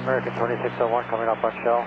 American 2601 coming up on shell.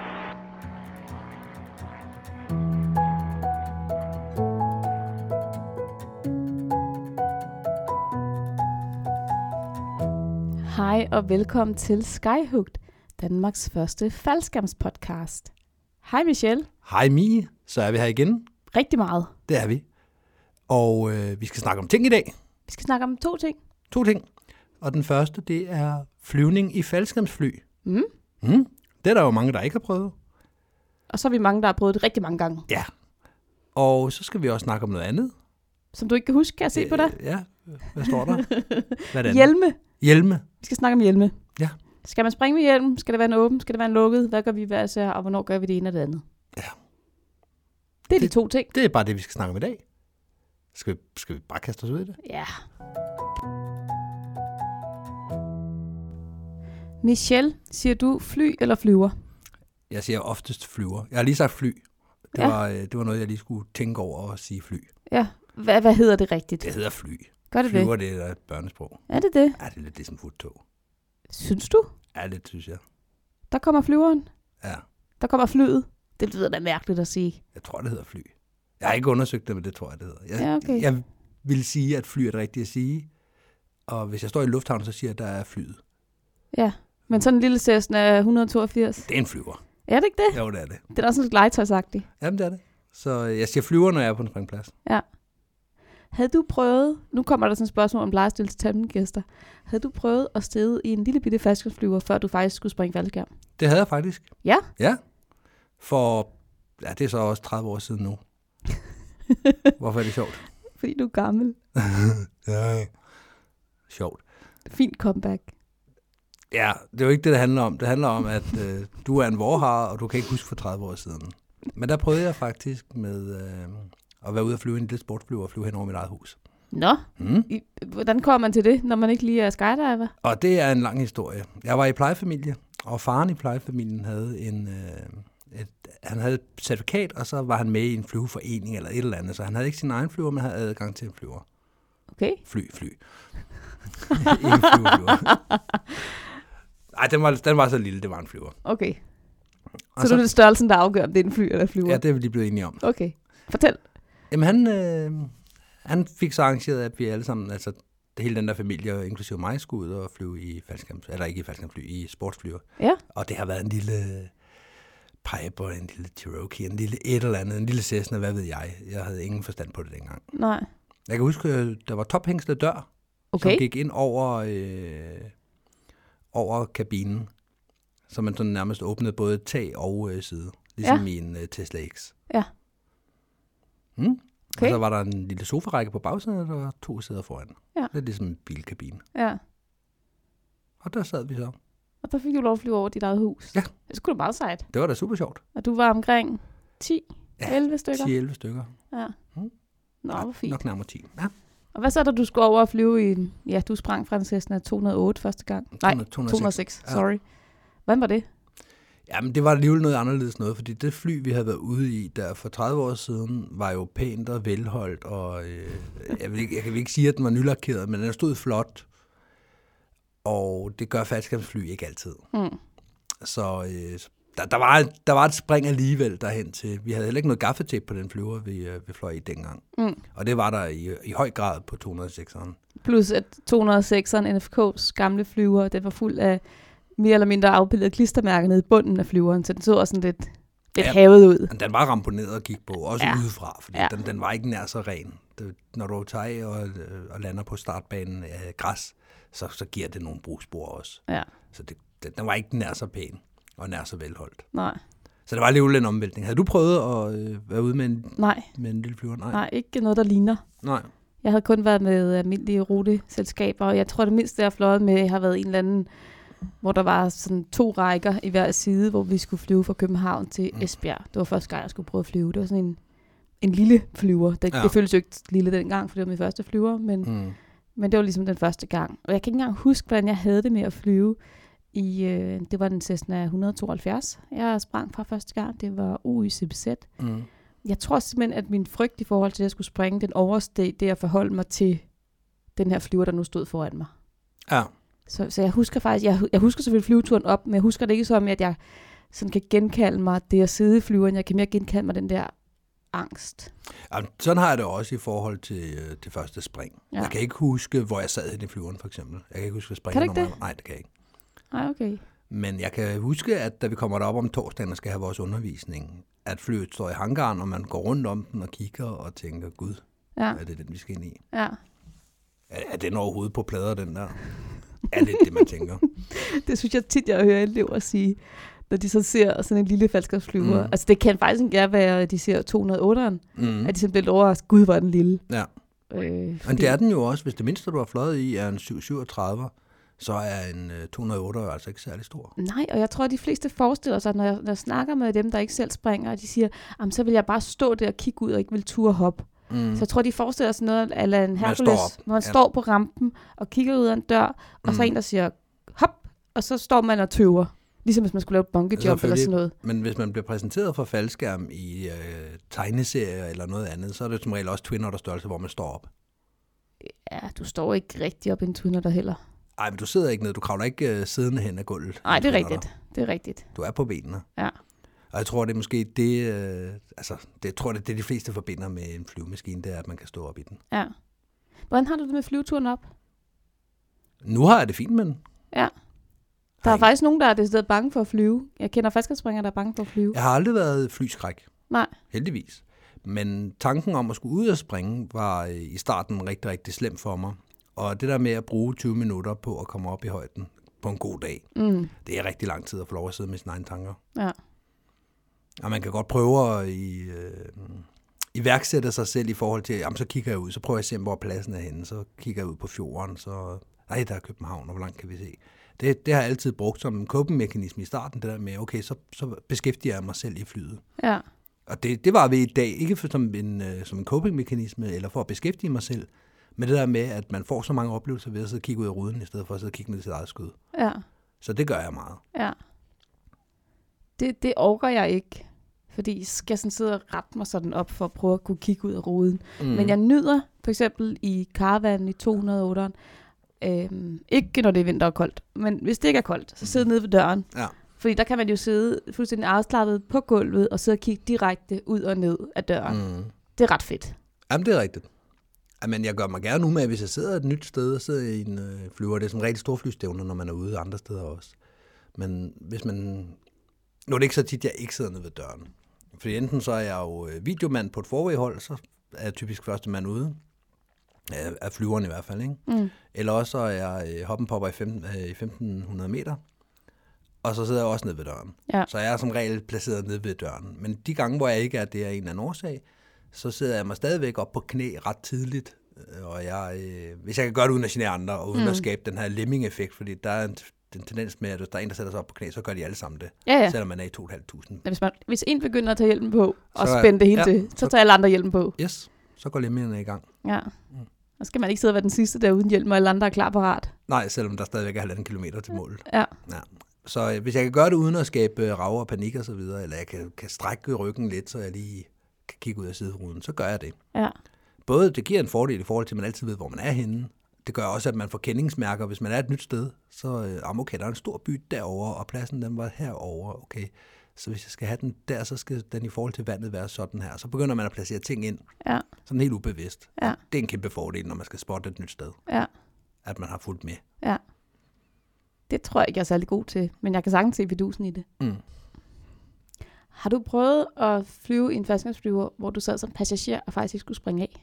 Hej og velkommen til Skyhooked, Danmarks første faldskærmspodcast. Hej Michelle. Hej Mie, så er vi her igen. Rigtig meget. Det er vi. Og vi skal snakke om ting i dag. Vi skal snakke om to ting. To ting. Og den første, det er flyvning i faldskærmsfly. Mm. Det er der jo mange, der ikke har prøvet. Og så er vi mange, der har prøvet det rigtig mange gange. Ja. Og så skal vi også snakke om noget andet. Som du ikke kan huske, kan jeg se på dig? Ja, hvad står der? Hvad er det? Hjelme. Hjelme. Vi skal snakke om hjelme. Ja. Skal man springe med hjelm? Skal det være en åben? Skal det være en lukket? Hvad gør vi hver især, og hvornår gør vi det ene og det andet? Ja. Det er de to ting. Det er bare det, vi skal snakke om i dag. Skal vi bare kaste os ud i det? Ja. Michelle, siger du fly eller flyver? Jeg siger oftest flyver. Jeg har lige sagt fly. Det var noget, jeg lige skulle tænke over og sige fly. Ja. Hvad hedder det rigtigt? Det hedder fly. Gør det Flyver, det er et børnesprog. Er det det? Ja, det er lidt ligesom futtog. Synes du? Ja, lidt synes jeg. Der kommer flyveren. Ja. Der kommer flyet. Det lyder da mærkeligt at sige. Jeg tror, det hedder fly. Jeg har ikke undersøgt det, men det tror jeg, det hedder. Ja, okay. Jeg vil sige, at fly er det rigtige at sige. Og hvis jeg står i lufthavnen, så siger jeg, at der er flyet. Ja, men sådan en lille Cessna er 182. Det er en flyver. Er det ikke det? Jo, det er det. Det er da også lidt legetøjsagtigt. Jamen, det er det. Så jeg siger flyver, når jeg er på en springplads. Ja. Havde du prøvet, nu kommer der sådan et spørgsmål om lejestil til tandgæster. Havde du prøvet at stige i en lille bitte faldskærmsflyver, før du faktisk skulle springe faldskærm? Det havde jeg faktisk. Ja? Ja. For, ja, det er så også 30 år siden nu. Hvorfor er det sjovt? Fordi du er gammel. Ja. Sjovt. Fint comeback. Ja, det er jo ikke det handler om. Det handler om, at du er en vorhare, og du kan ikke huske for 30 år siden. Men der prøvede jeg faktisk med at være ude og flyve i en lille sportsflyver og flyve hen over mit eget hus. Nå, hvordan kommer man til det, når man ikke lige er skydiver? Og det er en lang historie. Jeg var i plejefamilie, og faren i plejefamilien havde han havde et certifikat, og så var han med i en flyveforening eller et eller andet. Så han havde ikke sin egen flyver, men havde adgang til en flyver. Okay. Fly. En flyver. Nej, den var så lille, det var en flyver. Okay. Så det er størrelsen, der afgør, om det er en fly eller en flyver? Ja, det er vi lige blevet enige om. Okay. Fortæl. Jamen, han fik så arrangeret, at vi alle sammen, altså hele den der familie, inklusive mig, skulle ud og flyve i faldskærmsfly, i sportsflyver. Ja. Og det har været en lille Piper, en lille Cherokee, en lille et eller andet, en lille Cessna, hvad ved jeg. Jeg havde ingen forstand på det dengang. Nej. Jeg kan huske, der var tophængslet dør, okay, som gik ind over kabinen, så man sådan nærmest åbnede både tag og side, ligesom i en Tesla X. Ja. Okay. Okay. Og så var der en lille sofarække på bagsiden, og der var 2 sæder foran. Ja. Det er ligesom en bilkabine. Ja. Og der sad vi så. Og der fik du lov at flyve over dit eget hus. Ja. Det skulle da meget sejt. Det var da super sjovt. Og du var omkring 10-11 stykker? 10-11 stykker. Ja. Nå, hvor fint. Nok nærmere 10. Ja. Og hvad så, da du skulle over og flyve i en... Ja, du sprang fra en Cessna 208 første gang. 206. Ja. Sorry. Hvordan var det? Jamen, det var alligevel noget anderledes noget, fordi det fly, vi havde været ude i der for 30 år siden, var jo pænt og velholdt, og jeg kan ikke sige, at den var nylakeret, men den stod flot, og det gør faldskærmsfly ikke altid. Så der var et spring alligevel derhen til. Vi havde heller ikke noget gaffetape på den flyver, vi fløj i dengang. Og det var der i høj grad på 206'eren. Plus at 206'eren, NFK's gamle flyver, den var fuld af mere eller mindre afbildede klistermærker nede i bunden af flyveren, så den så også sådan lidt havet ud. Den var ramponeret og gik på, også udefra, fordi den var ikke nær så ren. Når du tager af og lander på startbanen af græs, så giver det nogle brugspor også. Ja. Så den var ikke nær så pæn og nær så velholdt. Nej. Så det var alligevel en omvæltning. Havde du prøvet at være ude med en lille flyver? Nej, ikke noget, der ligner. Nej. Jeg havde kun været med almindelige ruteselskaber, og jeg tror, det mindste, jeg har fløjet med, har været en eller anden, hvor der var sådan 2 rækker i hver side, hvor vi skulle flyve fra København til Esbjerg. Det var første gang, jeg skulle prøve at flyve. Det var sådan en lille flyver. Det føltes jo ikke lille dengang, for det var min første flyver, men det var ligesom den første gang. Og jeg kan ikke engang huske, hvordan jeg havde det med at flyve. Det var en Cessna 172, jeg sprang fra første gang. Det var UICBZ. Jeg tror simpelthen, at min frygt i forhold til, at jeg skulle springe, den oversteg det at forholde mig til den her flyver, der nu stod foran mig. Ja. Så jeg husker faktisk, jeg husker selvfølgelig flyveturen op, men jeg husker det ikke som, at jeg sådan kan genkalde mig det at sidde i flyveren. Jeg kan mere genkalde mig den der angst. Ja, sådan har jeg det også i forhold til det første spring. Ja. Jeg kan ikke huske, hvor jeg sad i flyveren, for eksempel. Jeg kan ikke huske, hvad springen kan du ikke det? Nej, det kan jeg ikke. Nej, okay. Men jeg kan huske, at da vi kommer derop om torsdagen og skal have vores undervisning, at flyet står i hangaren, og man går rundt om den og kigger og tænker, gud, er det den, vi skal ind i? Ja. Er den overhovedet på plader, den der? Er det, man tænker? Det synes jeg tit, jeg hører elever sige, når de så ser sådan en lille faldskærmsflyver. Altså det kan faktisk ikke være, at de ser 208'eren, at de simpelthen bliver overrasket, gud, hvor er den lille. Ja. Men det er den jo også. Hvis det mindste, du har fløjet i, er en 737, så er en 208 altså ikke særlig stor. Nej, og jeg tror, at de fleste forestiller sig, når jeg snakker med dem, der ikke selv springer, og de siger, så vil jeg bare stå der og kigge ud og ikke vil ture hoppe. Så jeg tror, de forestiller sig noget eller en Hercules, hvor man står på rampen og kigger ud af en dør, og så en, der siger hop, og så står man og tøver. Ligesom hvis man skulle lave et bungee jump eller sådan noget. Men hvis man bliver præsenteret for faldskærm i tegneserier eller noget andet, så er det som regel også Twin Otter størrelse, hvor man står op. Ja, du står ikke rigtig op i en Twin Otter heller. Nej, men du sidder ikke ned. Du kravler ikke siddende hen ad gulvet. Nej, det er rigtigt. Det er rigtigt. Du er på benene. Ja. Og jeg tror, det er måske det, det de fleste forbinder med en flyvemaskine, det er, at man kan stå op i den. Ja. Hvordan har du det med flyveturen op? Nu har jeg det fint med den. Ja. Der er faktisk nogen, der er decideret bange for at flyve. Jeg kender faldskærmsspringere, der er bange for at flyve. Jeg har aldrig været flyskræk. Nej. Heldigvis. Men tanken om at skulle ud og springe var i starten rigtig, rigtig slem for mig. Og det der med at bruge 20 minutter på at komme op i højden på en god dag, det er rigtig lang tid at få lov at sidde med sine egne tanker. Ja. Og man kan godt prøve at iværksætte sig selv i forhold til, så kigger jeg ud, så prøver jeg at se, hvor pladsen er henne, så kigger jeg ud på fjorden, så nej, der er København, og hvor langt kan vi se? Det har jeg altid brugt som en coping-mekanisme i starten, det der med, okay, så beskæftiger jeg mig selv i flyet. Ja. Og det var ved i dag, ikke som en coping-mekanisme, eller for at beskæftige mig selv, men det der med, at man får så mange oplevelser ved at sidde og kigge ud af ruden, i stedet for at sidde og kigge med sit eget skud. Ja. Så det gør jeg meget. Ja. Det orker jeg ikke, fordi skal jeg sådan sidde og rette mig sådan op for at prøve at kunne kigge ud af ruden. Men jeg nyder for eksempel i Caravanen i 208'eren, ikke når det er vinter og koldt, men hvis det ikke er koldt, så sidde nede ved døren. Ja. Fordi der kan man jo sidde fuldstændig afslappet på gulvet og sidde og kigge direkte ud og ned af døren. Det er ret fedt. Jamen, det er rigtigt. Jamen, jeg gør mig gerne umage, hvis jeg sidder et nyt sted og sidder i en flyver. Det er som rigtig store flystævner, når man er ude andre steder også. Men hvis man... Nu er det ikke så tit, jeg ikke sidder nede ved døren. Fordi enten så er jeg jo videomand på et forvejhold, så er jeg typisk første mand ude. Af flyveren i hvert fald, ikke? Eller også så er jeg hoppenpopper i 1500 meter. Og så sidder jeg også nede ved døren. Ja. Så jeg er som regel placeret nede ved døren. Men de gange, hvor jeg ikke er, det er en eller anden årsag, så sidder jeg mig stadigvæk op på knæ ret tidligt. Og hvis jeg kan gøre det uden at genere andre, og uden at skabe den her lemming-effekt, fordi der er den tendens med, at hvis der er en, der sætter sig op på knæ, så gør de alle sammen det. Ja. Selvom man er i 2.500. Hvis en begynder at tage hjelmen på, og spænde det hele til, så tager alle andre hjelmen på. Yes, så går lemmingerne i gang. Ja. Så skal man ikke sidde og være den sidste der uden hjelm, og alle andre er klar parat. Nej, selvom der stadigvæk er 1,5 kilometer til målet. Ja. Så hvis jeg kan gøre det uden at skabe rav og panik og så videre, eller jeg kan strække ryggen lidt, så jeg lige kan kigge ud af sideruden, så gør jeg det. Ja. Både det giver en fordel i forhold til, at man altid ved, hvor man er henne. Det gør også, at man får kendingsmærker. Hvis man er et nyt sted, så okay, der er en stor by derovre, og pladsen den var herovre. Okay, så hvis jeg skal have den der, så skal den i forhold til vandet være sådan her. Så begynder man at placere ting ind. Ja. Sådan helt ubevidst. Ja. Det er en kæmpe fordel, når man skal spotte et nyt sted. Ja. At man har fulgt med. Ja. Det tror jeg ikke, jeg er særlig god til, men jeg kan sagtens se fidusen i det. Har du prøvet at flyve i en faldskærmsflyver, hvor du sad som passager og faktisk ikke skulle springe af?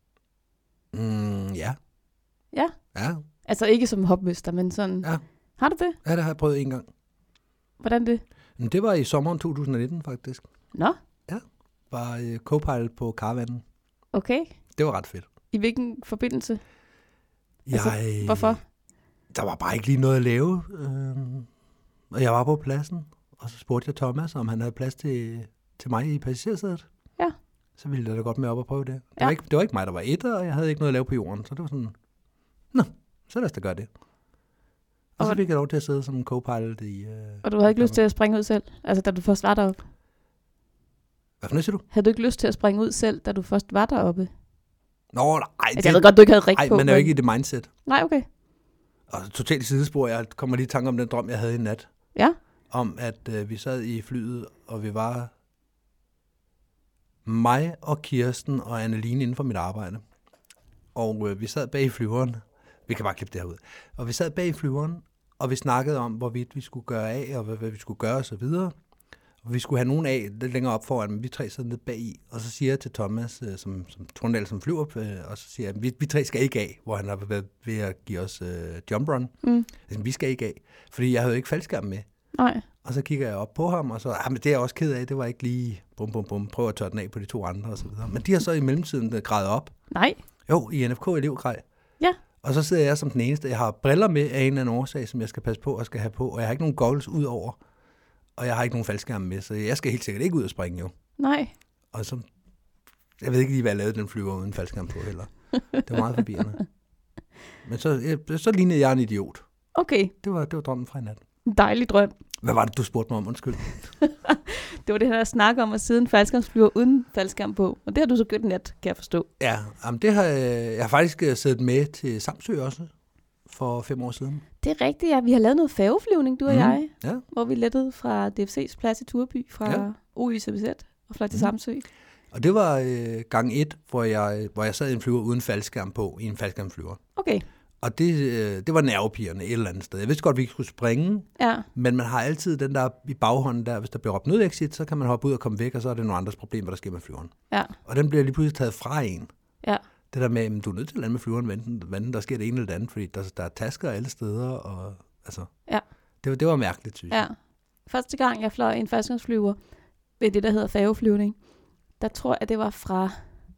Ja. Ja? Ja. Altså ikke som hopmester, men sådan... Ja. Har du det? Ja, det har jeg prøvet en gang. Hvordan det? Det var i sommeren 2019, faktisk. Nå? Ja. Var co-pilot på Caravanen. Okay. Det var ret fedt. I hvilken forbindelse? Hvorfor? Der var bare ikke lige noget at lave. Og jeg var på pladsen, og så spurgte jeg Thomas, om han havde plads til mig i passagersædet. Ja. Så ville jeg da godt med op og prøve det. Det var ikke mig, der var etter, og jeg havde ikke noget at lave på jorden. Så det var sådan, så lad os da gøre det. Og så fik jeg lov til at sidde som co-pilot i... og du havde ikke lyst til at springe ud selv? Altså, da du først var deroppe? Hvad for noget siger du? Havde du ikke lyst til at springe ud selv, da du først var deroppe? Nå, nej. Altså, jeg ved godt, du ikke havde rigtig på. Nej, man er jo ikke i det mindset. Nej, okay. Og totalt sidespor, jeg kommer lige i tanke om den drøm, jeg havde i nat. Ja. Om at vi sad i flyet, og vi var mig og Kirsten og Anneline inden for mit arbejde. Og vi sad bag i flyveren. Vi kan bare klippe det her ud. Og vi sad bag i flyveren, og vi snakkede om, hvorvidt vi skulle gøre af, og hvad vi skulle gøre osv. Og vi skulle have nogen af lidt længere op foran, men vi tre sad nede bag i. Og så siger jeg til Thomas, som Torndal, som flyver, og så siger jeg, vi tre skal ikke af, hvor han har været ved at give os jump run. Altså, vi skal ikke af, fordi jeg havde ikke faldskærm med. Nej. Og så kigger jeg op på ham, og så, men det er jeg også ked af, det var ikke lige prøv at tørre den af på de to andre og så videre. Men de har så i mellemtiden gradet op. Nej. Jo, i NFK elevgrej. Ja. Og så sidder jeg som den eneste. Jeg har briller med af en eller anden årsag, som jeg skal passe på og skal have på, og jeg har ikke nogen goggles ud over, og jeg har ikke nogen faldskærm med, så jeg skal helt sikkert ikke ud og springe jo. Nej. Og så, jeg ved ikke lige, hvad jeg lavede den flyver uden faldskærm på heller. Det var meget forvirrende. Men så lignede jeg en idiot. Okay. Det var drømmen fra i nat. Dejlig drøm. Hvad var det, du spurgte mig om? Undskyld. Det var det her snak om at sidde en faldskærmsflyver uden faldskærm på. Og det har du så gjort i nat, kan jeg forstå. Ja, det har jeg har faktisk siddet med til Samsø også for 5 år siden. Det er rigtigt, ja. Vi har lavet noget færgeflyvning, du og jeg. Ja. Hvor vi lettede fra DFC's plads i Turby, fra OYCBZ og fløj til Samsø. Og det var gang 1, hvor jeg sad i en flyver uden faldskærm på, i en faldskærmflyver. Okay. Og det var nervepirrende et eller andet sted. Jeg vidste godt, at vi ikke skulle springe, men man har altid den der i baghånden der, hvis der bliver råbt nødexit, så kan man hoppe ud og komme væk, og så er det nogle andres problemer, der sker med flyveren. Ja. Og den bliver lige pludselig taget fra en. Ja. Det der med, at du er nødt til at lande med flyveren, hvordan der sker det ene eller det andet, fordi der er tasker alle steder, og altså, det var mærkeligt, synes jeg. Ja. Første gang, jeg fløj en faldskærmsflyver ved det, der hedder færgeflyvning, der tror jeg, det var fra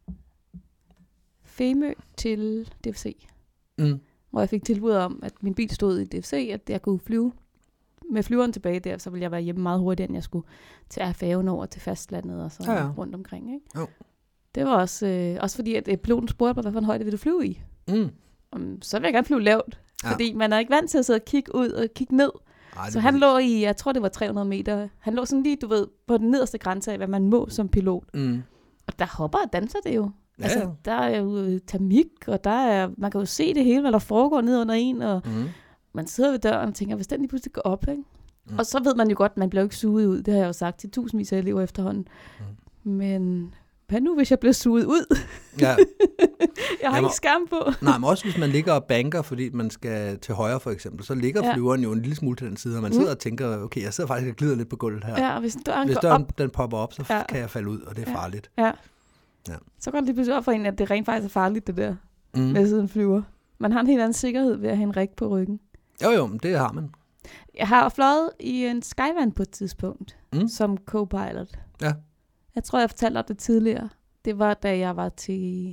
Femø til DFC. Hvor jeg fik tilbud om, at min bil stod i DFC, at jeg kunne flyve med flyveren tilbage der, så ville jeg være hjemme meget hurtigere, end jeg skulle til at have færgen over til fastlandet og så rundt omkring. Ikke? Jo. Det var også fordi, at piloten spurgte mig, hvad for en højde vil du flyve i? Så vil jeg gerne flyve lavt, fordi man er ikke vant til at sidde og kigge ud og kigge ned. Ej, så han lå i, jeg tror det var 300 meter. Han lå sådan lige, du ved, på den nederste grænse af, hvad man må som pilot. Og der hopper og danser det jo. Ja. Altså, der er jo termik, og man kan jo se det hele, hvad der foregår ned under en, og man sidder ved døren og tænker, hvis den lige pludselig går op, ikke? Og så ved man jo godt, man bliver jo ikke suget ud. Det har jeg jo sagt til tusindvis af elever efterhånden. Men hvad nu, hvis jeg bliver suget ud? Ja. Jeg har ikke skærm på. Nej, men også hvis man ligger og banker, fordi man skal til højre for eksempel, så ligger flyveren jo en lille smule til den side, og man sidder og tænker, okay, jeg sidder faktisk og glider lidt på gulvet her. Ja, og hvis døren går op, den popper op, så kan jeg falde ud, og det er farligt. Ja. Så går det lige pludselig op for en, at det rent faktisk er farligt, det der, med siden flyver. Man har en helt anden sikkerhed ved at have en rig på ryggen. Jo, det har man. Jeg har fløjet i en Skyvan på et tidspunkt, som co-pilot. Ja. Jeg tror, jeg fortalte om det tidligere. Det var, da jeg var til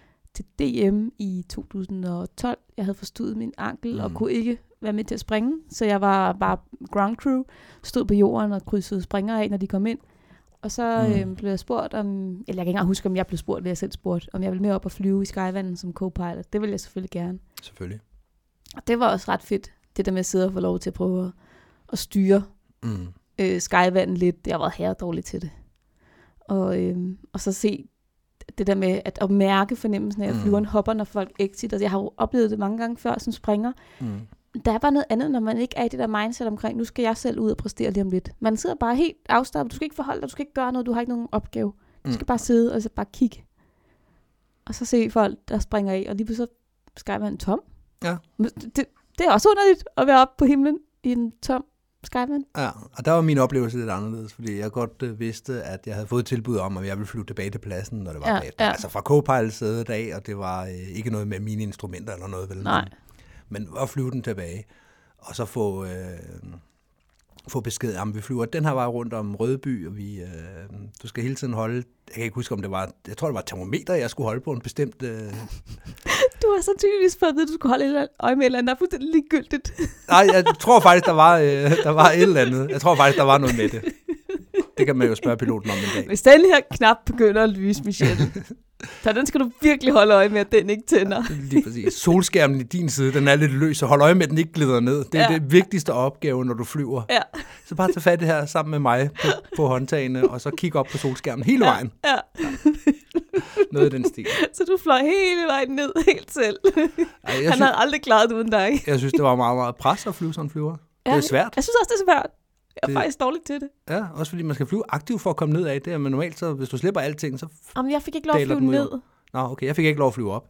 DM i 2012. Jeg havde forstået min ankel og kunne ikke være med til at springe. Så jeg var bare ground crew, stod på jorden og krydsede springere af, når de kom ind. Og så blev jeg spurgt om, eller jeg kan ikke engang huske, om jeg blev spurgt, eller jeg selv spurgt, om jeg ville med op og flyve i Skyvanen som co-pilot. Det ville jeg selvfølgelig gerne. Selvfølgelig. Og det var også ret fedt, det der med at sidde og få lov til at prøve at styre Skyvanen lidt. Jeg var herredårlig til det. Og så se det der med at mærke fornemmelsen af, at flyveren hopper, når folk exiter. Jeg har jo oplevet det mange gange før som springer. Der er bare noget andet, når man ikke er i det der mindset omkring, nu skal jeg selv ud og præstere lige om lidt. Man sidder bare helt afslappet. Du skal ikke forholde dig, du skal ikke gøre noget, du har ikke nogen opgave. Du skal bare sidde og så bare kigge. Og så se folk, der springer af, og lige pludselig skal man tom. Ja. Det er også underligt at være oppe på himlen i en tom Skyvan. Ja, og der var min oplevelse lidt anderledes, fordi jeg godt vidste, at jeg havde fået tilbud om, at jeg ville flyve tilbage til pladsen, når det var bag. Altså fra co-pilot af, og det var ikke noget med mine instrumenter eller noget, vel? Nej. Men at flyve den tilbage, og så få besked om, vi flyver den her vej rundt om Rødby, og du skal hele tiden holde, jeg kan ikke huske, om det var, jeg tror, det var termometer, jeg skulle holde på en bestemt... Du har så tydeligvis fået at vide, at du skulle holde et øje med et eller andet, der er fuldstændig ligegyldigt. Nej, jeg tror faktisk, der var et eller andet. Jeg tror faktisk, der var noget med det. Det kan man jo spørge piloten om en dag. Hvis den her knap begynder at lyse, Michelle, så den skal du virkelig holde øje med, at den ikke tænder. Lige præcis. Solskærmen i din side, den er lidt løs, så hold øje med, at den ikke glider ned. Det er det vigtigste opgave, når du flyver. Ja. Så bare tage fat det her sammen med mig på håndtagene, og så kigge op på solskærmen hele vejen. Ja. Noget i den stil. Så du fløj hele vejen ned helt selv. Han havde aldrig klaret det uden dig. Jeg synes, det var meget, meget pres at flyve sådan en flyver. Ja, det er svært. Jeg synes også, det er svært. Jeg er faktisk dårlig til det. Ja, også fordi man skal flyve aktivt for at komme ned af det. Men normalt, så hvis du slipper alting, så Jamen, jeg fik ikke lov at flyve ned. Nå, okay, jeg fik ikke lov at flyve op.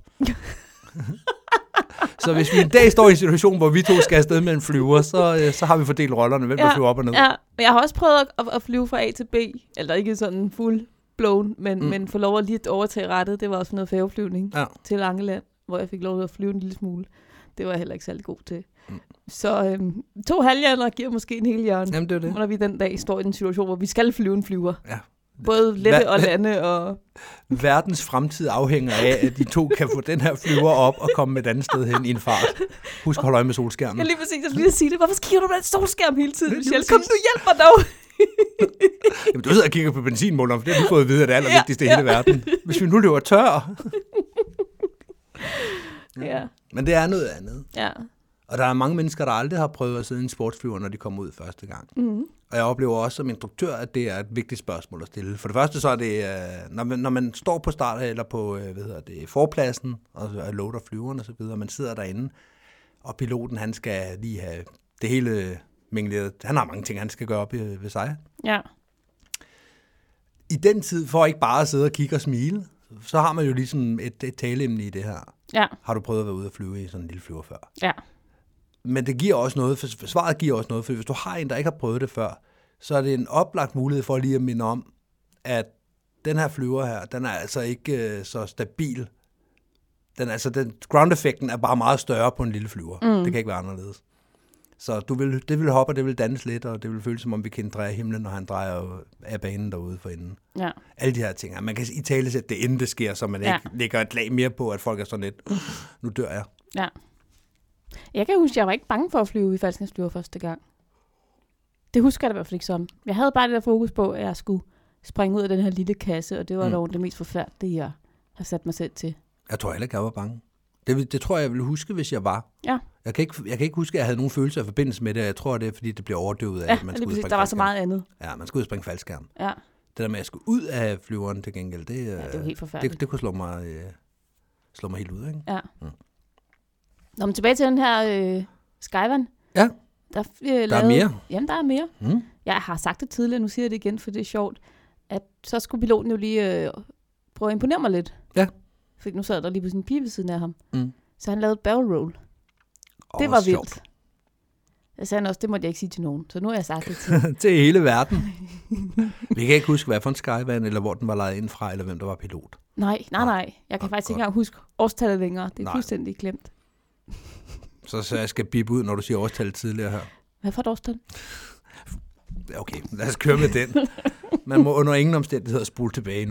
Så hvis vi en dag står i en situation, hvor vi to skal afsted med en flyver, så har vi fordelt rollerne, hvem der flyver op og ned. Ja, men jeg har også prøvet at flyve fra A til B, eller ikke sådan full blown, men få lov at lige overtage rettet. Det var også noget færgeflyvning til Langeland, hvor jeg fik lov at flyve en lille smule. Det var jeg heller ikke særlig god til. Så 2 halvhjerner giver måske en hel hjørne. Jamen, det er det. Når vi den dag står i en situation, hvor vi skal flyve en flyver. Ja. Både lette og lande og... Verdens fremtid afhænger af, at de to kan få den her flyver op og komme et andet sted hen i en fart. Husk at holde øje med solskærmen. Ja, lige præcis. Jeg skulle lige sige det. Hvorfor kigger du på den solskærm hele tiden, Michelle? Kom, du hjælp mig dog! Jamen, du sidder og kigger på benzinmåleren, for det har du fået at vide, at det er det allervigtigste i hele verden. Hvis vi nu løber tør. Ja. Men det er noget andet. Ja. Og der er mange mennesker, der aldrig har prøvet at sidde i en sportsflyver, når de kommer ud første gang. Mm. Og jeg oplever også som instruktør, at det er et vigtigt spørgsmål at stille. For det første så er det, når man står på start eller på forpladsen og loader flyveren og så videre, man sidder derinde, og piloten han skal lige have det hele mingleret. Han har mange ting, han skal gøre op ved sig. Ja. I den tid, for ikke bare at sidde og kigge og smile, så har man jo ligesom et taleemne i det her. Ja. Har du prøvet at være ude og flyve i sådan en lille flyver før? Ja. Men det giver også noget, for svaret giver også noget, for hvis du har en, der ikke har prøvet det før, så er det en oplagt mulighed for lige at minde om, at den her flyver her, den er altså ikke så stabil. Den ground-effekten er bare meget større på en lille flyver. Det kan ikke være anderledes. Så det vil hoppe, og det vil danse lidt, og det vil føles som om vi kan dreje himlen, når han drejer af banen derude for enden. Ja. Alle de her ting. Man kan i tale sætte det, inden det sker, så man ikke lægger et lag mere på, at folk er sådan lidt, nu dør jeg. Ja. Jeg kan huske, at jeg var ikke bange for at flyve i faldskærmsflyver første gang. Det husker jeg da i hvert fald ikke som. Jeg havde bare det der fokus på, at jeg skulle springe ud af den her lille kasse, og det var dog det mest forfærdelige, jeg har sat mig selv til. Jeg tror heller ikke, jeg var bange. Det tror jeg ville huske, hvis jeg var. Ja. Jeg kan ikke huske, at jeg havde nogen følelse af forbindelse med det. Jeg tror, det er, fordi det bliver overdøvet af, at man skulle ud og springe der var så meget andet. Ja, man skulle ud og springe faldskærm. Ja. Det der med, at jeg skulle ud af flyveren til gengæld, det var helt forfærdeligt. Det kunne slå mig helt ud, ikke? Ja. Nå, men tilbage til den her Skyvan. Ja, der er mere. Jamen, der er mere. Jeg har sagt det tidligere, nu siger jeg det igen, for det er sjovt, at så skulle piloten jo lige prøve at imponere mig lidt. Ja. For nu sad der lige på sin pige ved siden af ham. Så han lavede et barrel roll. Det var vildt. Sjovt. Jeg sagde også, det måtte jeg ikke sige til nogen. Så nu har jeg sagt det til. Til hele verden. Vi kan ikke huske, hvad for en Skyvan, eller hvor den var lejet ind fra, eller hvem der var pilot. Nej. Jeg kan faktisk ikke engang huske årstallet længere. Det er fuldstændig glemt. Så jeg skal bippe ud, når du siger årstallet tidligere her. Hvad for et årstal? Okay, lad os køre med den. Man må under ingen omstændigheder spole tilbage nu.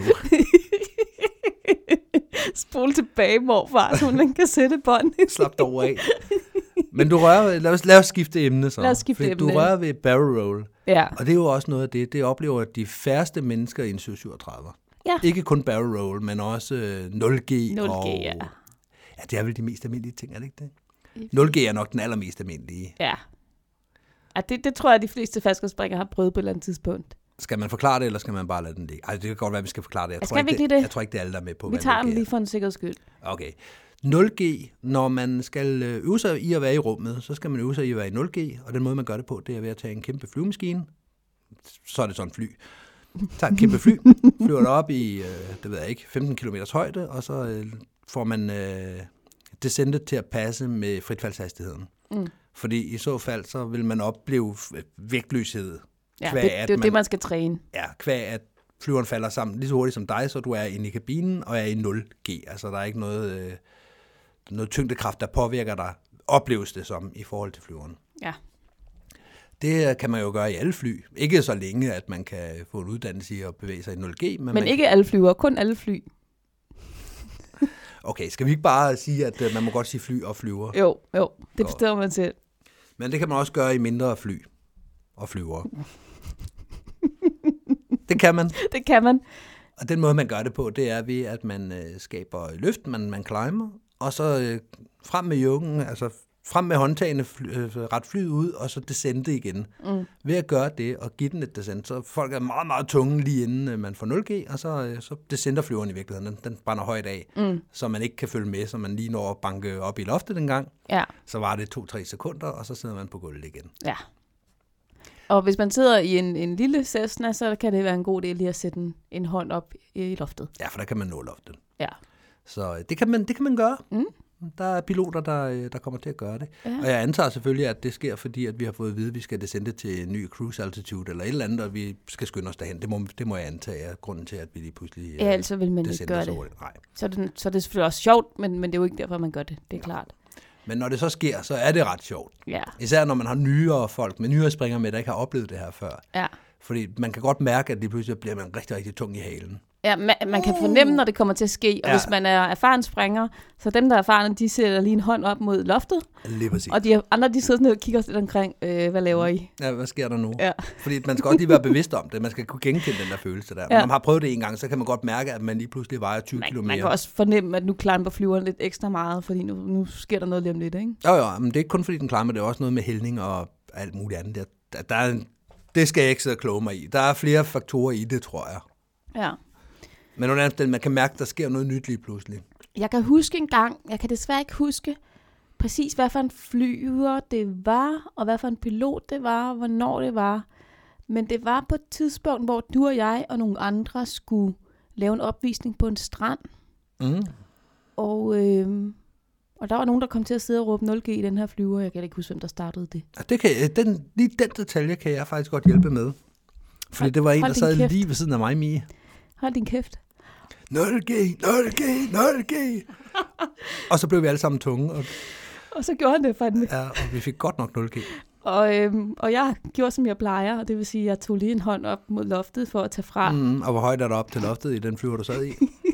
Spole tilbage, morfar, så man kan sætte bånd. Slap dig over af. Men du rører, lad os skifte emne så. Lad os skifte emne. Du rører ved barrel roll. Ja. Og det er jo også noget af det oplever de færreste mennesker i en 737. Ja. Ikke kun barrel roll, men også 0G. 0G, og, ja. Ja, det er vel de mest almindelige ting, er det ikke det? 0G er nok den allermest almindelige. Ja. Det tror jeg, de fleste faldskærmsspringere har prøvet på et eller andet tidspunkt. Skal man forklare det, eller skal man bare lade den ligge? Altså, det kan godt være, at vi skal forklare det. Jeg tror ikke, det er alle, der er med på, vi tager dem lige for en sikkerheds skyld. Okay. 0G, når man skal øve sig i at være i rummet, så skal man øve sig i at være i 0G, og den måde, man gør det på, det er ved at tage en kæmpe flyvemaskine. Så er det sådan en fly. Tager en kæmpe fly, flyver det op i, 15 km højde, og så får man descendet til at passe med fritfaldshastigheden. Fordi i så fald, så vil man opleve vægtløshed. Ja, det er det, man skal træne. Ja, kvæg at flyveren falder sammen lige så hurtigt som dig, så du er inde i kabinen og er i 0G. Altså, der er ikke noget tyngdekraft, der påvirker dig, opleves det som, i forhold til flyveren. Ja. Det kan man jo gøre i alle fly. Ikke så længe, at man kan få en uddannelse i at bevæge sig i 0G. Men ikke alle flyver, kun alle fly. Okay, skal vi ikke bare sige, at man må godt sige fly og flyver? Jo, det bestemmer man selv. Men det kan man også gøre i mindre fly og flyver. Det kan man. Det kan man. Og den måde, man gør det på, det er ved, at man skaber løft, man climber, og så frem med jukken, altså frem med håndtagene, ret flyet ud, og så descente igen. Ved at gøre det og give den et descent, så folk er meget, meget tunge lige inden man får 0G, og så descenter flyveren i virkeligheden. Den brænder højt af, så man ikke kan følge med, så man lige når at banke op i loftet den gang. Ja. Så var det 2-3 sekunder, og så sidder man på gulvet igen. Ja. Og hvis man sidder i en lille Cessna, så kan det være en god idé lige at sætte en hånd op i loftet. Ja, for der kan man nå loftet. Ja. Så det kan man gøre. Der er piloter, der kommer til at gøre det. Ja. Og jeg antager selvfølgelig, at det sker, fordi at vi har fået at vide, at vi skal descende til en ny cruise altitude, eller et eller andet, og vi skal skynde os derhen. Det må jeg antage er grunden til, at vi lige pludselig ja, altså vil man ikke gøre det. Nej. Så er det selvfølgelig også sjovt, men det er jo ikke derfor, man gør det. Det er klart. Men når det så sker, så er det ret sjovt. Ja. Især når man har nyere folk med nyere springere med, der ikke har oplevet det her før. Ja. Fordi man kan godt mærke, at lige pludselig bliver man rigtig, rigtig tung i halen. Ja, man kan fornemme, når det kommer til at ske. Og hvis man er erfaren springer, så dem, der er erfarne, de sætter lige en hånd op mod loftet. Lige præcis. Og de andre, de sidder sådan og kigger lidt omkring, hvad laver I? Ja, hvad sker der nu? Ja. Fordi man skal også lige være bevidst om det. Man skal kunne genkende den der følelse der. Når man har prøvet det en gang, så kan man godt mærke, at man lige pludselig vejer 20 km. Man kan også fornemme, at nu klamper flyveren lidt ekstra meget, fordi nu sker der noget lige om lidt, ikke? Jo, men det er ikke kun fordi den klamper, det er også noget med hældning og alt muligt andet. Det skal jeg ikke sidde og kloge mig i. Der er flere faktorer i det, tror jeg. Ja. Men man kan mærke, at der sker noget nyt lige pludselig. Jeg kan huske en gang, jeg kan desværre ikke huske præcis, hvad for en flyver det var, og hvad for en pilot det var, og hvornår det var. Men det var på et tidspunkt, hvor du og jeg og nogle andre skulle lave en opvisning på en strand. Og der var nogen, der kom til at sidde og råbe 0G i den her flyver. Jeg kan ikke huske, hvem der startede det. Lige den detalje kan jeg faktisk godt hjælpe med. Fordi det var en, der sad lige ved siden af mig, Mie. Hold din kæft. 0G, 0G, 0G. Og så blev vi alle sammen tunge. Og så gjorde han det fandme. Ja, og vi fik godt nok 0G. Og jeg gjorde, som jeg plejer, og det vil sige, at jeg tog lige en hånd op mod loftet for at tage fra. Og hvor højt er der op til loftet i den flyver, du sad i?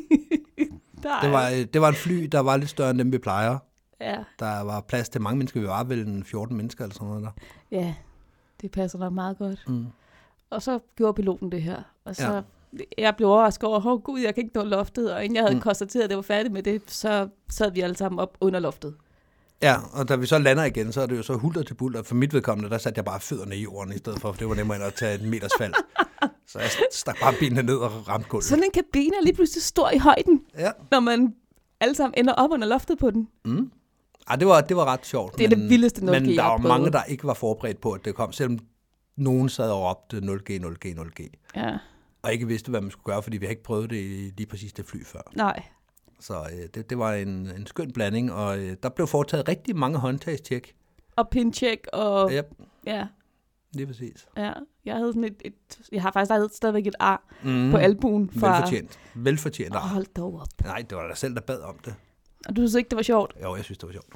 Det var en fly, der var lidt større end dem, vi plejer. Ja. Der var plads til mange mennesker. Vi var vel 14 mennesker eller sådan noget der. Ja, det passer nok meget godt. Og så gjorde piloten det her. Og så jeg blev overrasket over, gud, jeg kan ikke nå loftet. Og inden jeg havde konstateret, at det var færdigt med det, så sad vi alle sammen op under loftet. Ja, og da vi så lander igen, så er det jo så hulter til bulter. For mit vedkommende, der satte jeg bare fødderne i jorden i stedet for det var nemmere end at tage en meters fald. Så jeg stak bare benene ned og ramte gulvet. Sådan en kabine er lige pludselig stor i højden, ja. Når man alle sammen ender op under loftet på den. Ja, det var ret sjovt. Det er det vildeste 0G, men der var mange, der ikke var forberedt på, at det kom, selvom nogen sad og råbte 0G, 0G, 0G. Ja. Og ikke vidste, hvad man skulle gøre, fordi vi har ikke prøvet det i lige præcis det fly før. Nej. Så det var en skøn blanding, og der blev foretaget rigtig mange håndtagstjek. Og pin-check, og... Yep. Ja. Lige præcis. Ja, jeg havde sådan jeg har faktisk stadigvæk et ar på albuen. Fra... Velfortjent ar. Hold dog op. Nej, det var dig selv, der bad om det. Og du synes ikke, det var sjovt? Jo, jeg synes, det var sjovt.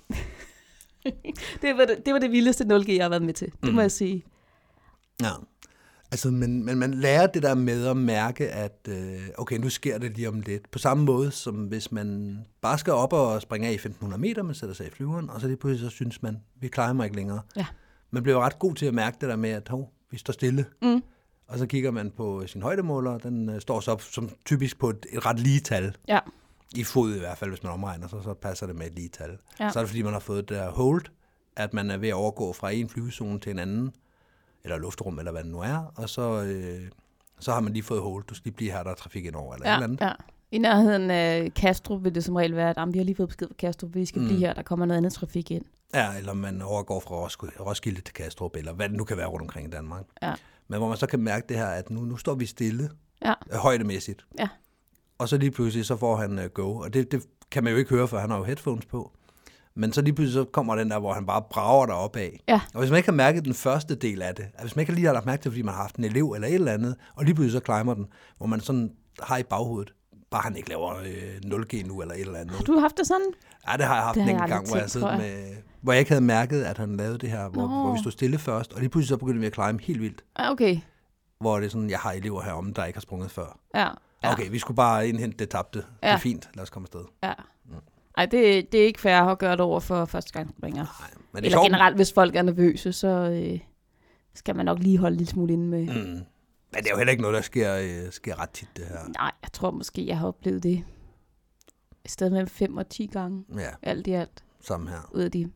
det var det vildeste 0G, jeg har været med til. Det må jeg sige. Ja. Altså, men man lærer det der med at mærke, at okay, nu sker det lige om lidt. På samme måde, som hvis man bare skal op og springe af i 1500 meter, man sætter sig i flyveren, og så lige pludselig så synes man, vi klarer mig ikke længere. Ja. Man bliver ret god til at mærke det der med, at vi står stille. Og så kigger man på sin højdemåler, den står så op som typisk på et ret lige tal. Ja. I fod i hvert fald, hvis man omregner, så passer det med et lige tal. Ja. Så er det fordi, man har fået det der hold, at man er ved at overgå fra en flyvezone til en anden, eller luftrum, eller hvad det nu er, og så har man lige fået hold. Du skal lige blive her, der er trafik indover, eller et eller andet. Ja. I nærheden af Kastrup vil det som regel være, at vi har lige fået besked fra Kastrup, vi skal blive her, der kommer noget andet trafik ind. Ja, eller man overgår fra Roskilde til Kastrup, eller hvad det nu kan være rundt omkring i Danmark. Ja. Men hvor man så kan mærke det her, at nu står vi stille, højdemæssigt. Ja. Og så lige pludselig, så får han go, og det kan man jo ikke høre, for han har jo headphones på. Men så lige pludselig så kommer den der, hvor han bare brager derop af. Ja. Og hvis man ikke har mærket den første del af det, hvis man ikke lige har lagt mærke til, fordi man har haft en elev eller et eller andet, og lige pludselig så climber den, hvor man sådan har i baghovedet, bare han ikke laver 0G nu eller et eller andet. Har du haft det sådan? Ja, det har jeg haft en gang, hvor jeg sidder med, hvor jeg ikke havde mærket, at han lavede det her, hvor vi stod stille først, og lige pludselig så begyndte vi at climbe helt vildt. Okay. Hvor det er sådan, jeg har elever heromme, der ikke har sprunget før. Ja. Okay, vi skulle bare indhente det tabte. Ja. Det er fint, lad os komme afsted. Ja. Ej, det er ikke fair at gøre det over for førstegangsspringere. Eller generelt, hvis folk er nervøse, så skal man nok lige holde lidt smule inde med. Men det er jo heller ikke noget, der sker ret tit, det her. Nej, jeg tror måske, jeg har oplevet det i stedet med 5 og 10 gange. Ja. Alt i alt. Samme her. Ud af de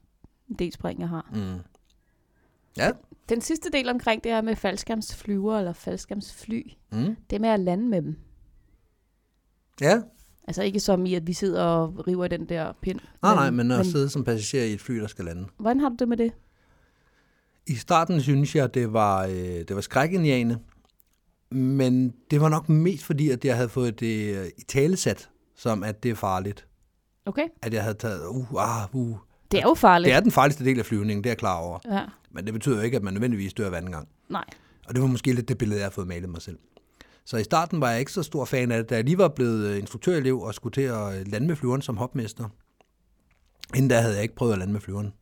en del spring, jeg har. Mm. Ja. Den sidste del omkring det her med faldskærmsflyver eller faldskærmsfly, Mm. det med at lande med dem. Ja. Altså ikke som i, at vi sidder og river i den der pind. Nej, men at sidde som passager i et fly, der skal lande. Hvordan har du det med det? I starten synes jeg, det var skrækindjagende, men det var nok mest fordi, at jeg havde fået det italesat, som at det er farligt. Okay. At jeg havde taget, Det er jo farligt. Det er den farligste del af flyvningen, det er jeg klar over. Ja. Men det betyder jo ikke, at man nødvendigvis dør hver anden gang. Nej. Og det var måske lidt det billede, jeg har fået malet mig selv. Så i starten var jeg ikke så stor fan af det, da jeg lige var blevet instruktørelev og skulle til at lande med flyveren som hopmester. Inden da havde jeg ikke prøvet at lande med flyveren.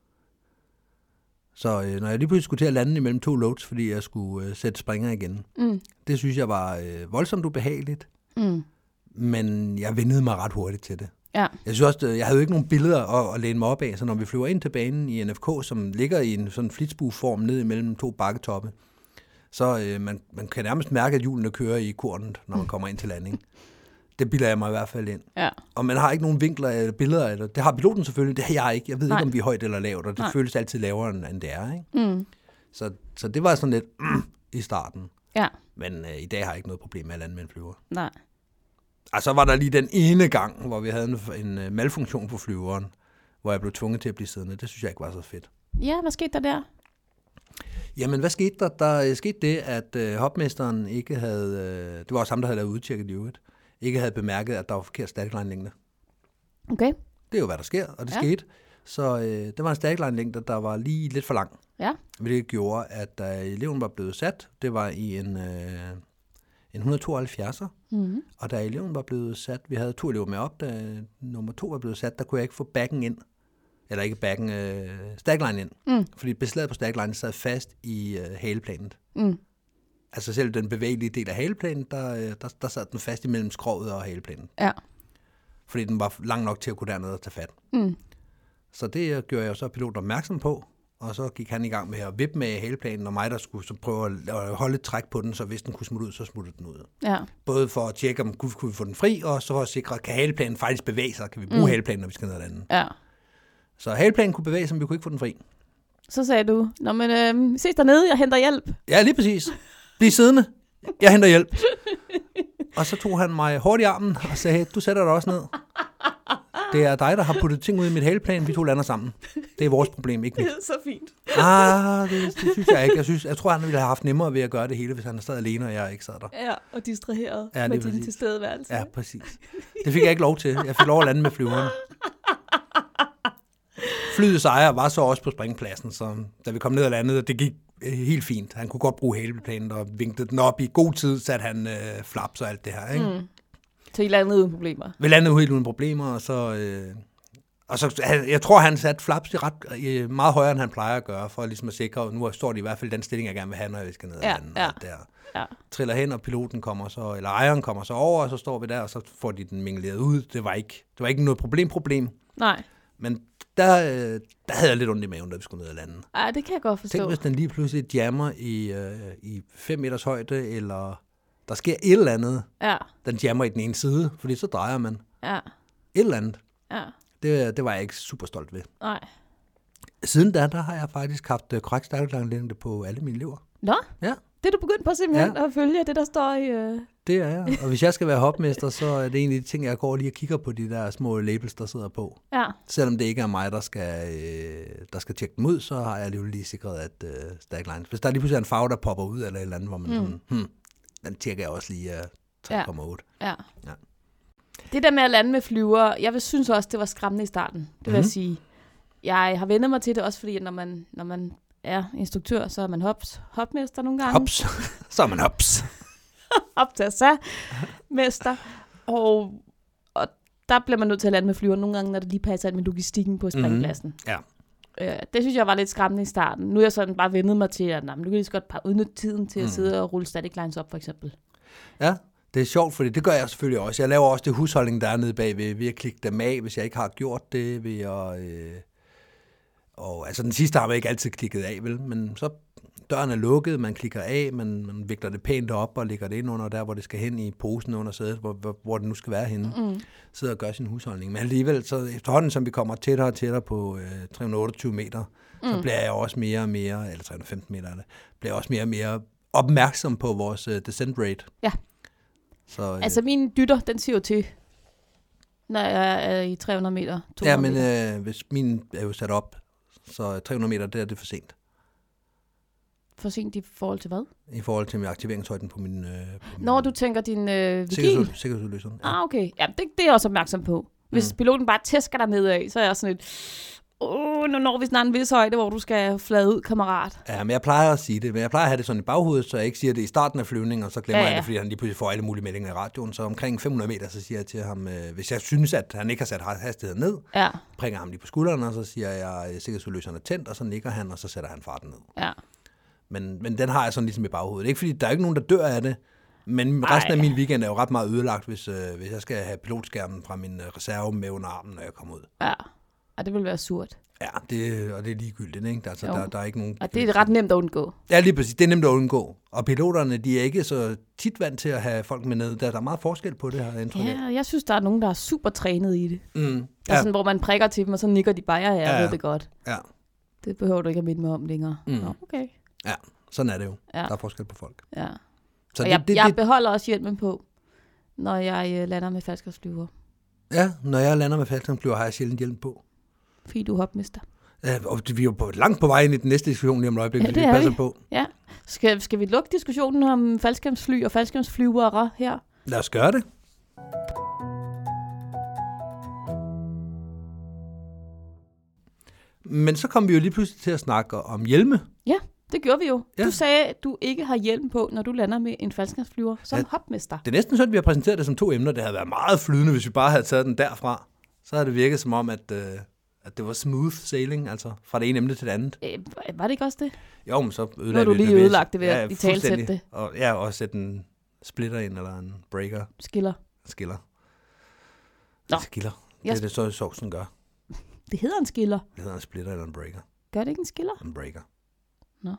Så når jeg lige pludselig skulle til at lande imellem 2 loads, fordi jeg skulle sætte springer igen, det synes jeg var voldsomt ubehageligt. Mm. Men jeg vendede mig ret hurtigt til det. Ja. Jeg synes også, jeg havde jo ikke nogen billeder at læne mig op af, så når vi flyver ind til banen i NFK, som ligger i en sådan flitsbueform ned imellem 2 bakketoppe, så man kan nærmest mærke, at hjulene kører i kornet, når man kommer ind til landing. Det bilder jeg mig i hvert fald ind. Ja. Og man har ikke nogen vinkler eller billeder af det. Det har piloten selvfølgelig, det har jeg ikke. Jeg ved ikke, om vi er højt eller lavt, og det føles altid lavere, end det er. Ikke? Mm. Så det var sådan lidt i starten. Ja. Men i dag har jeg ikke noget problem med at lande med en flyver. Nej. Og så var der lige den ene gang, hvor vi havde en malfunktion på flyveren, hvor jeg blev tvunget til at blive siddende. Det synes jeg ikke var så fedt. Ja, hvad skete der der? Jamen, hvad skete der? Der skete det, at hopmesteren ikke havde... det var også ham, der havde lavet udtjekket i øvrigt. Ikke havde bemærket, at der var forkert statikline-længde. Okay. Det er jo, hvad der sker, og det skete. Så det var en statikline-længde, der var lige lidt for lang. Ja. Hvilket gjorde, at da eleven var blevet sat, det var i en 172'er, og da eleven var blevet sat, vi havde 2 elever med op, da nummer 2 var blevet sat, der kunne jeg ikke få backen ind. Eller ikke backen, stackline ind. Fordi beslaget på stackline sad fast i haleplanet. Altså selv den bevægelige del af haleplanet, der sad den fast imellem skroget og haleplanet. Ja. Fordi den var lang nok til at kunne dernede og tage fat. Så det gjorde jeg så piloten opmærksom på, og så gik han i gang med at vippe med haleplanen, og mig, der skulle så prøve at holde et træk på den, så hvis den kunne smutte ud, så smuttede den ud. Ja. Både for at tjekke, om kunne vi få den fri, og så for at sikre, kan haleplanen faktisk bevæge sig? Kan vi bruge haleplanen, når vi skal ned ad landen? Ja. Så haleplanen kunne bevæge sig, men vi kunne ikke få den fri. Så sagde du, nå men ses dernede, jeg henter hjælp. Ja, lige præcis. Bliv siddende. Jeg henter hjælp. Og så tog han mig hårdt i armen og sagde, du sætter dig også ned. Det er dig, der har puttet ting ud i mit haleplan. Vi 2 lander sammen. Det er vores problem, ikke mit. Det er så fint. Det synes jeg ikke. Jeg tror, han ville have haft nemmere ved at gøre det hele, hvis han sad alene, og jeg ikke sad der. Ja, og distraheret Ja, med lige din præcis. tilstedeværelse. Ja, præcis. Det fik jeg ikke lov til. Jeg fik lov at lande med flyveren. Flyets ejer var så også på springpladsen, så da vi kom ned og landede, det gik helt fint. Han kunne godt bruge haleplanen og vinklede den op i god tid, satte han flaps og alt det her. Ikke? Så I landede uden problemer? Vi landede helt uden problemer, og så jeg tror, han satte flaps meget højere, end han plejer at gøre, for ligesom at sikre, at nu står de i hvert fald den stilling, jeg gerne vil have, når vi skal ned og lande. Ja. Triller hen, og piloten kommer så, eller ejeren kommer så over, og så står vi der, og så får de den mingleret ud. Det var ikke noget problem. Nej. Men der havde jeg lidt ondt i maven, da vi skulle ned og lande. Ja, det kan jeg godt forstå. Tænk, hvis den lige pludselig jammer i 5 meters højde, eller der sker et eller andet. Ja. Den jammer i den ene side, fordi så drejer man. Ja. Et eller andet. Ja. Det var jeg ikke super stolt ved. Nej. Siden da, der har jeg faktisk haft korrekt statikline-længde på alle mine elever. Nå? Ja. Det er du begyndt på simpelthen at følge, det der står i... Det er jeg. Og hvis jeg skal være hopmester, så er det egentlig de ting, jeg går lige og kigger på, de der små labels, der sidder på. Ja. Selvom det ikke er mig, der skal tjekke dem ud, så har jeg alligevel lige sikret, at statikline. Hvis der lige pludselig er en farve, der popper ud, eller et eller andet, hvor man sådan, den tjekker jeg også lige 3,8. Ja. Det der med at lande med flyver, jeg synes også, det var skræmmende i starten. Det vil jeg sige. Jeg har vendt mig til det også, fordi når man er instruktør, så er man hopmester nogle gange. Hops. Så er man hops. Optagelser-mester. Og der bliver man nødt til at lande med flyver nogle gange, når det lige passer ind med logistikken på springpladsen. Ja. Det synes jeg var lidt skræmmende i starten. Nu er jeg sådan bare vendet mig til, at nu kan jeg lige så godt udnytte tiden til at sidde og rulle static lines op, for eksempel. Ja. Det er sjovt, fordi det gør jeg selvfølgelig også. Jeg laver også det husholdning, der er nede bagved, ved at klikke dem af, hvis jeg ikke har gjort det, ved at... og altså den sidste har jeg ikke altid klikket af, vel? Men så døren er lukket, man klikker af, man vikler det pænt op og lægger det ind under der, hvor det skal hen i posen under sædet, hvor det nu skal være henne. Sidder og gør sin husholdning. Men alligevel, så efterhånden, som vi kommer tættere og tættere på 328 meter, så bliver jeg også mere og mere, eller 315 meter er det, bliver jeg også mere og mere opmærksom på vores descent rate. Ja. Så, Altså min dytter, den siger jo til, når jeg er i 300 meter, 200 meter. Hvis min er jo sat op, så 300 meter, det er det for sent. For sent i forhold til hvad? I forhold til aktiveringshøjden på min... Når du tænker din vigil? Sikkerhedsudløser. Ja. Ah, okay. Ja, det er jeg også opmærksom på. Hvis piloten bare tæsker dig nedad, så er jeg sådan et... nu når vi snart en vis højde, hvor du skal flade ud, kammerat. Ja, men jeg plejer at sige det. Men jeg plejer at have det sådan i baghovedet, så jeg ikke siger det i starten af flyvningen, og så glemmer jeg det, fordi han lige pludselig får alle mulige meldinger i radioen. Så omkring 500 meter, så siger jeg til ham, hvis jeg synes, at han ikke har sat hastigheden ned, prikker ham lige på skulderen, og så siger jeg, at sikkerhedsudløseren er tændt, og så nikker han, og så sætter han farten ned. Ja. Men den har jeg sådan ligesom i baghovedet. Ikke fordi der er ikke nogen, der dør af det, men resten af min weekend er jo ret meget ødelagt, hvis jeg skal have pilotskærmen fra min reserve med under armen, når jeg kommer ud. Ja, og det vil være surt. Ja, det er ligegyldigt, ikke? Altså, der er ikke nogen... Og det er ret nemt at undgå. Ja, lige præcis. Det er nemt at undgå. Og piloterne, de er ikke så tit vant til at have folk med ned. Der er meget forskel på det her indtryk. Ja, jeg synes, der er nogen, der er super trænet i det. Der er sådan, hvor man prikker til dem, og så nikker de bare, jeg ved det godt. Ja. Det behøver du ikke at minde mig om længere. Nå, okay. Ja, sådan er det jo. Ja. Der er forskel på folk. Ja. Så jeg beholder også hjelmen på, når jeg lander med faldskærmsflyver. Ja, når jeg lander med faldskærmsflyver, har jeg sjældent hjelm på. Fordi du er hopmester. Ja, og vi er jo langt på vej ind i den næste diskussion lige om et øjeblik, det passer på. Ja. Skal vi lukke diskussionen om faldskærmsfly og faldskærmsflyvere her? Lad os gøre det. Men så kom vi jo lige pludselig til at snakke om hjelme. Ja, det gjorde vi jo. Ja. Du sagde, at du ikke har hjelm på, når du lander med en faldskærmsflyver som hopmester. Det er næsten sådan, at vi har præsenteret det som 2 emner. Det havde været meget flydende, hvis vi bare havde taget den derfra. Så havde det virket som om, at det var smooth sailing, altså fra det ene emne til det andet. Var det ikke også det? Jo, men så ødelagde vi det. Nu har du lige ødelagt det ved at italesætte det. Og sætte en splitter ind, eller en breaker. Skiller. Nå. Skiller. Det er det så, sovsen gør. Det hedder en skiller. Det hedder en splitter eller en breaker. Gør det ikke en skiller? En breaker. Nå.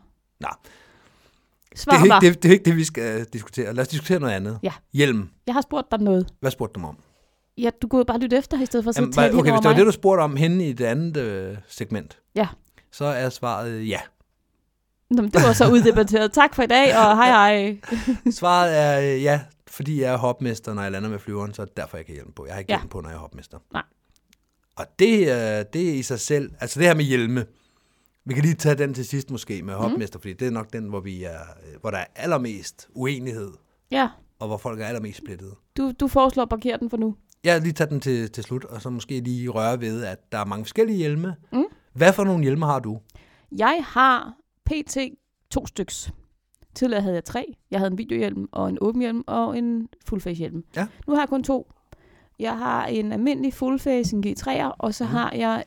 Det er ikke det, vi skal diskutere. Lad os diskutere noget andet. Ja. Hjelm. Jeg har spurgt dig noget. Hvad spurgte du mig om? Ja, du kunne bare lytte efter, i stedet for at sidde tale okay, hvis det var det, du spurgte om henne i det andet segment, ja, så er svaret ja. Nå, men det var så uddebatteret. Tak for i dag, og hej. Svaret er ja, fordi jeg er hopmester, når jeg lander med flyveren, så derfor jeg kan hjelme på. Jeg har ikke hjelm på, når jeg er hopmester. Nej. Og det er i sig selv, altså det her med hjelme, vi kan lige tage den til sidst måske med hopmester, fordi det er nok den, hvor der er allermest uenighed. Ja. Og hvor folk er allermest splittede. Du foreslår at parkere den for nu? Jeg har lige taget den til slut, og så måske lige røre ved, at der er mange forskellige hjelme. Hvad for nogle hjelme har du? Jeg har pt. 2 styks. Tidligere havde jeg 3. Jeg havde en videohjelm og en åben hjelm og en fullface hjelm. Ja. Nu har jeg kun 2. Jeg har en almindelig fullface, en G3'er, og så har jeg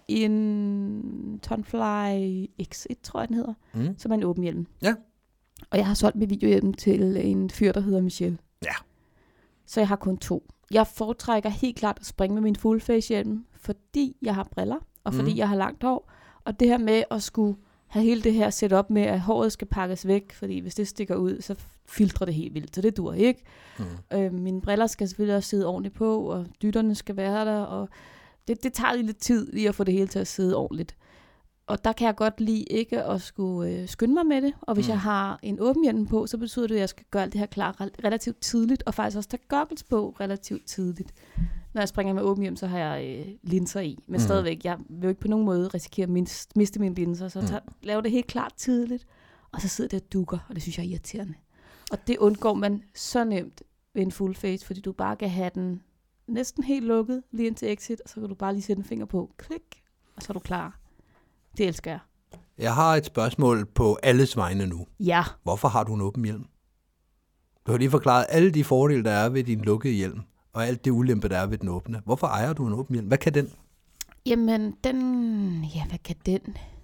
en Tonfly X1, tror jeg den hedder, som er en åben hjelm. Ja. Og jeg har solgt min videohjelm til en fyr, der hedder Michel. Ja. Så jeg har kun 2. Jeg foretrækker helt klart at springe med min fullface hjelm, fordi jeg har briller, og fordi jeg har langt hår. Og det her med at skulle have hele det her setup med, at håret skal pakkes væk, fordi hvis det stikker ud, så filtrer det helt vildt, så det dur ikke. Mine briller skal selvfølgelig også sidde ordentligt på, og dytterne skal være der, og det tager lidt tid lige at få det hele til at sidde ordentligt. Og der kan jeg godt lide ikke at skulle skynde mig med det, og hvis jeg har en åben hjelm på, så betyder det, at jeg skal gøre alt det her klar relativt tidligt, og faktisk også tage goggles på relativt tidligt. Når jeg springer med åben hjelm, så har jeg linser i, men stadigvæk, jeg vil jo ikke på nogen måde risikere at miste mine linser, så laver det helt klart tidligt, og så sidder det og dukker, og det synes jeg er irriterende. Og det undgår man så nemt ved en full face, fordi du bare kan have den næsten helt lukket lige indtil exit, og så kan du bare lige sætte en finger på, klik, og så er du klar. Det elsker jeg. Jeg har et spørgsmål på alles vegne nu. Ja. Hvorfor har du en åben hjelm? Du har lige forklaret alle de fordele, der er ved din lukkede hjelm, og alt det ulempe, der er ved den åbne. Hvorfor ejer du en åben hjelm? Hvad kan den? Jamen, hvad kan den?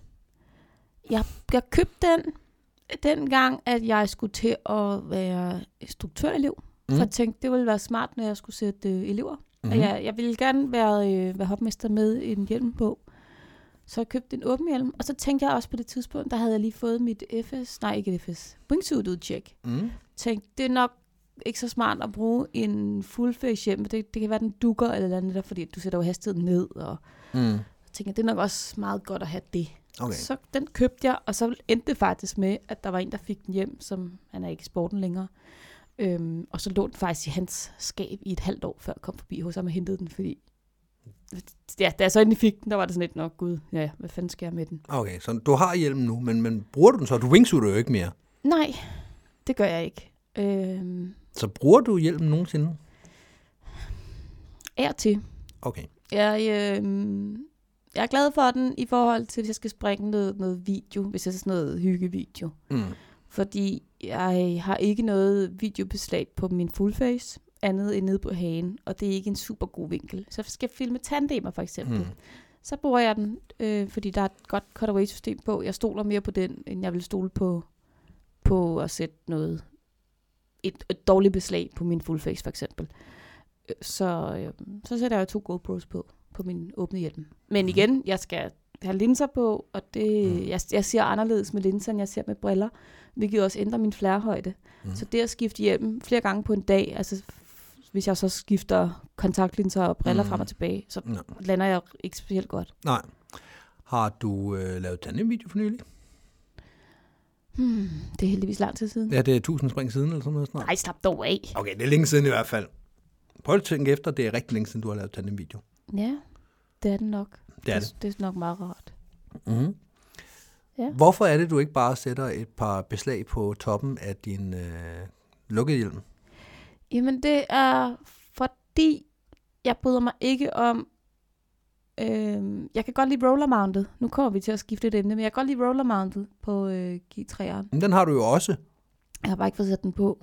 Jeg købte den gang, at jeg skulle til at være instruktørelev. For jeg tænkte, det ville være smart, når jeg skulle sætte elever. Jeg ville gerne være hopmester med en hjelm på. Så jeg købte en åben hjelm, og så tænkte jeg også på det tidspunkt, der havde jeg lige fået mit wingsuit-udtjek. Tænkte, det er nok ikke så smart at bruge en full-face hjelm, det kan være, den dukker eller andet der, fordi du sætter jo hastigheden ned, og jeg tænkte, det er nok også meget godt at have det. Okay. Så den købte jeg, og så endte det faktisk med, at der var en, der fik den hjem, som han er ikke i sporten længere. Og så lå den faktisk i hans skab i et halvt år, før jeg kom forbi hos ham og hentede den, fordi da jeg så endelig fik den, der var det sådan lidt nok, gud, ja, hvad fanden skal jeg med den? Okay, så du har hjelmen nu, men bruger du den så? Du wingsuiter jo ikke mere. Nej, det gør jeg ikke. Så bruger du hjelmen nogensinde? Af og til. Okay. Jeg er glad for den i forhold til, hvis jeg skal springe noget video, hvis jeg er sådan noget hyggevideo. Fordi jeg har ikke noget videobeslag på min fullface, andet end nede på hagen, og det er ikke en super god vinkel. Så skal jeg filme tandemer for eksempel, så bruger jeg den, fordi der er et godt cutaway-system på. Jeg stoler mere på den, end jeg vil stole på at sætte et dårligt beslag på min fullface for eksempel. Så sætter jeg jo 2 GoPros på min åbne hjelm. Men igen, jeg skal have linser på, og det, jeg ser anderledes med linser, end jeg ser med briller, hvilket også ændrer min flærehøjde. Så det at skifte hjelm flere gange på en dag, altså hvis jeg så skifter kontaktlinser og briller frem og tilbage, så lander jeg ikke specielt godt. Nej. Har du lavet tandemvideo for nylig? Det er heldigvis lang tid siden. Ja, det er 1000 spring siden, eller sådan noget snart. Nej, slap dog af. Okay, det er længe siden i hvert fald. Prøv at tænke efter, det er rigtig længe siden, du har lavet tandemvideo. Ja, det er det nok. Det er det. Det er nok meget rart. Ja. Hvorfor er det, du ikke bare sætter et par beslag på toppen af din lukkede hjelm? Jamen, det er fordi, jeg bryder mig ikke om... jeg kan godt lide roller mounted. Nu kommer vi til at skifte et emne, men jeg kan godt lide roller mounted på G3'eren. Men den har du jo også. Jeg har bare ikke fået sat den på.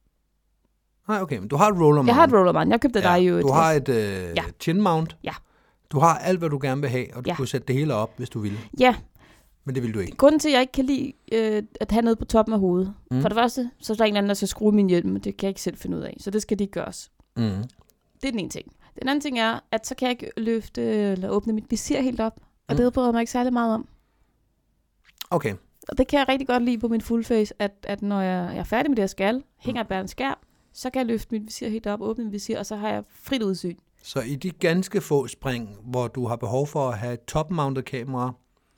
Nej, okay, men du har et roller mount. Jeg har et roller mount. Jeg købte dig jo. Du har et chin mount. Ja. Du har alt, hvad du gerne vil have, og du kunne sætte det hele op, hvis du ville. Ja. Men det vil du ikke. Grunden til, at jeg ikke kan lide at have noget på toppen af hovedet. For det første, så er der en eller anden, der skal skrue min hjelm, men det kan jeg ikke selv finde ud af. Så det skal de gøres. Det er den ene ting. Den anden ting er, at så kan jeg ikke løfte eller åbne mit visir helt op. Og det bryder mig ikke særlig meget om. Okay. Og det kan jeg rigtig godt lide på min fullface, at når jeg er færdig med det, jeg skal, hænger jeg bare en skærm, så kan jeg løfte mit visir helt op, åbne mit visir, og så har jeg frit udsyn. Så i de ganske få spring, hvor du har behov for at have et top-mounted kamera,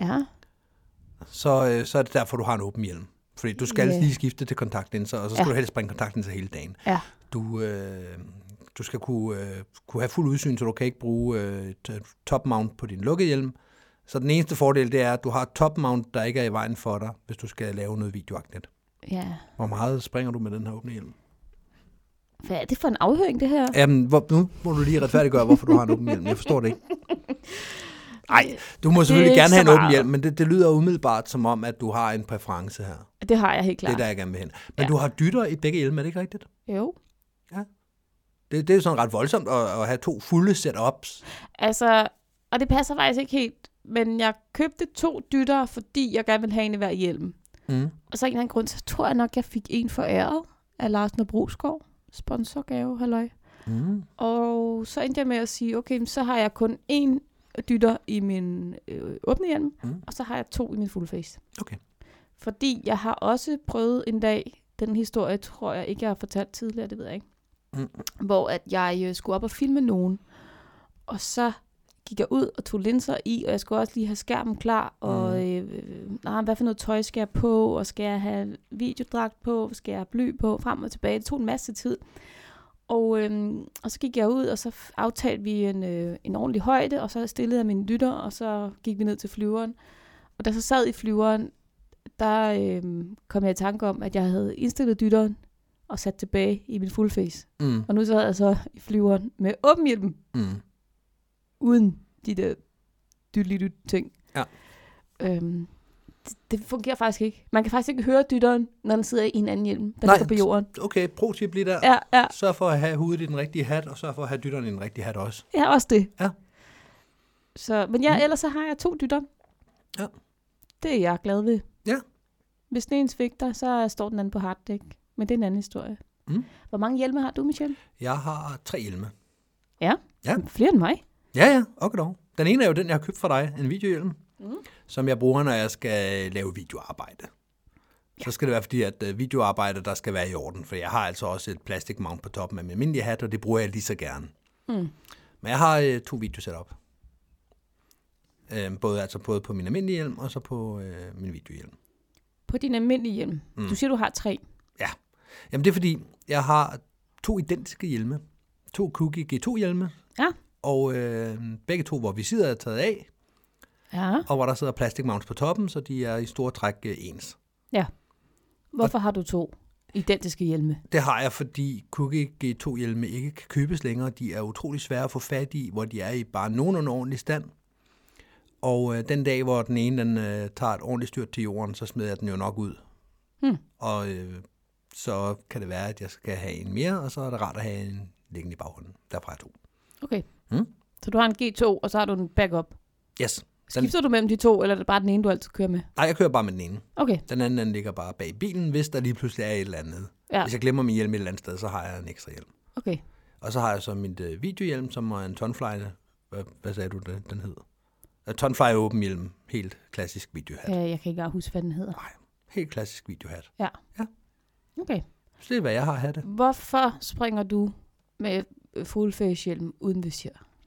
så er det derfor, du har en åben hjelm. Fordi du skal lige skifte til kontaktlinser, og så skal du helst springe kontaktlinser hele dagen. Ja. Du skal kunne have fuld udsyn, så du kan ikke bruge top-mount på din lukkede hjelm. Så den eneste fordel, det er, at du har et top-mount, der ikke er i vejen for dig, hvis du skal lave noget videoagtigt. Ja. Hvor meget springer du med den her åbne hjelm? Hvad er det for en afhøring, det her? Jamen, nu må du lige retfærdiggøre, hvorfor du har en åben hjelm. Jeg forstår det ikke. Nej, du må selvfølgelig gerne have en åben hjelm, men det lyder umiddelbart som om, at du har en præference her. Det har jeg helt klart. Det er der, jeg gerne vil hen. Men du har dytter i begge hjelme, er det ikke rigtigt? Jo. Ja. Det er jo sådan ret voldsomt at have 2 fulde setups. Altså, og det passer faktisk ikke helt, men jeg købte 2 dytter, fordi jeg gerne ville have en i hver hjelm. Og så en eller anden grund, så tror jeg nok, jeg fik en foræret af Lars Nobroskov. Sponsorgave, halløj. Og så endte jeg med at sige, okay, så har jeg kun 1 dytter i min åbne hjelm, og så har jeg 2 i min fullface. Okay. Fordi jeg har også prøvet en dag, den historie tror jeg ikke, jeg har fortalt tidligere, det ved jeg ikke, hvor at jeg skulle op og filme nogen, og så gik jeg ud og tog linser i, og jeg skulle også lige have skærmen klar, og hvad for noget tøj skal jeg på, og skal jeg have videodragt på, skal jeg have bly på, frem og tilbage. Det tog en masse tid. Og så gik jeg ud, og så aftalte vi en ordentlig højde, og så stillede jeg mine lytter, og så gik vi ned til flyveren. Og da jeg så sad i flyveren, der kom jeg i tanke om, at jeg havde indstillet dytteren og sat tilbage i min fullface. Og nu sad jeg så i flyveren med åben hjelm. Uden de der dyt ting. Ja. Det fungerer faktisk ikke. Man kan faktisk ikke høre dytteren, når den sidder i en anden hjelm, der ligger på jorden. Okay, pro-tip lige der. Ja. Sørg for at have hovedet i den rigtige hat, og sørg for at have dytteren i den rigtige hat også. Ja, også det. Ja. Så, men ellers så har jeg 2 dytter. Ja. Det er jeg glad ved. Ja. Hvis den ene svigter, så står den anden på harddæk. Men det er en anden historie. Hvor mange hjelme har du, Michel? Jeg har 3 hjelme. Ja? Flere end mig? Ja, okay dog. Den ene er jo den, jeg har købt fra dig, en videohjelm. som jeg bruger, når jeg skal lave videoarbejde. Så skal det være fordi, at videoarbejde, der skal være i orden, for jeg har altså også et plastic mount på toppen af min almindelige hat, og det bruger jeg lige så gerne. Men jeg har 2 videosetup. Både på min almindelige hjelm, og så på min videohjelm. På din almindelige hjelm? Du siger, du har 3. Ja. Jamen det er fordi, jeg har 2 identiske hjelme. 2 Cookie G2-hjelme. Ja. Og begge 2, hvor visiret er taget af. Ja. Og hvor der sidder plastic mounts på toppen, så de er i store træk ens. Ja. Hvorfor har du 2 identiske hjelme? Det har jeg, fordi Cookie G2-hjelme ikke kan købes længere. De er utrolig svære at få fat i, hvor de er i bare nogenlunde ordentlig stand. Og den dag, hvor den ene tager et ordentligt styrt til jorden, så smider jeg den jo nok ud. Og så kan det være, at jeg skal have en mere, og så er det rart at have en liggende i baghånden. Derfra er 2. Okay. Så du har en G2, og så har du en backup. Yes. Skifter du mellem de 2, eller er det bare den ene, du altid kører med? Nej, jeg kører bare med den ene. Okay. Den anden den ligger bare bag bilen, hvis der lige pludselig er et eller andet. Ja. Hvis jeg glemmer min hjelm et eller andet sted, så har jeg en ekstra hjelm. Okay. Og så har jeg så mit videohjelm, som er en Tonfly. Hvad sagde du, den hed? Tonfly åben hjelm. Helt klassisk videohat. Jeg kan ikke engang huske, hvad den hedder. Nej, helt klassisk videohat. Ja. Ja. Okay. Så det er, hvad jeg har hatte. Hvorfor springer du med full face hjelm uden visir?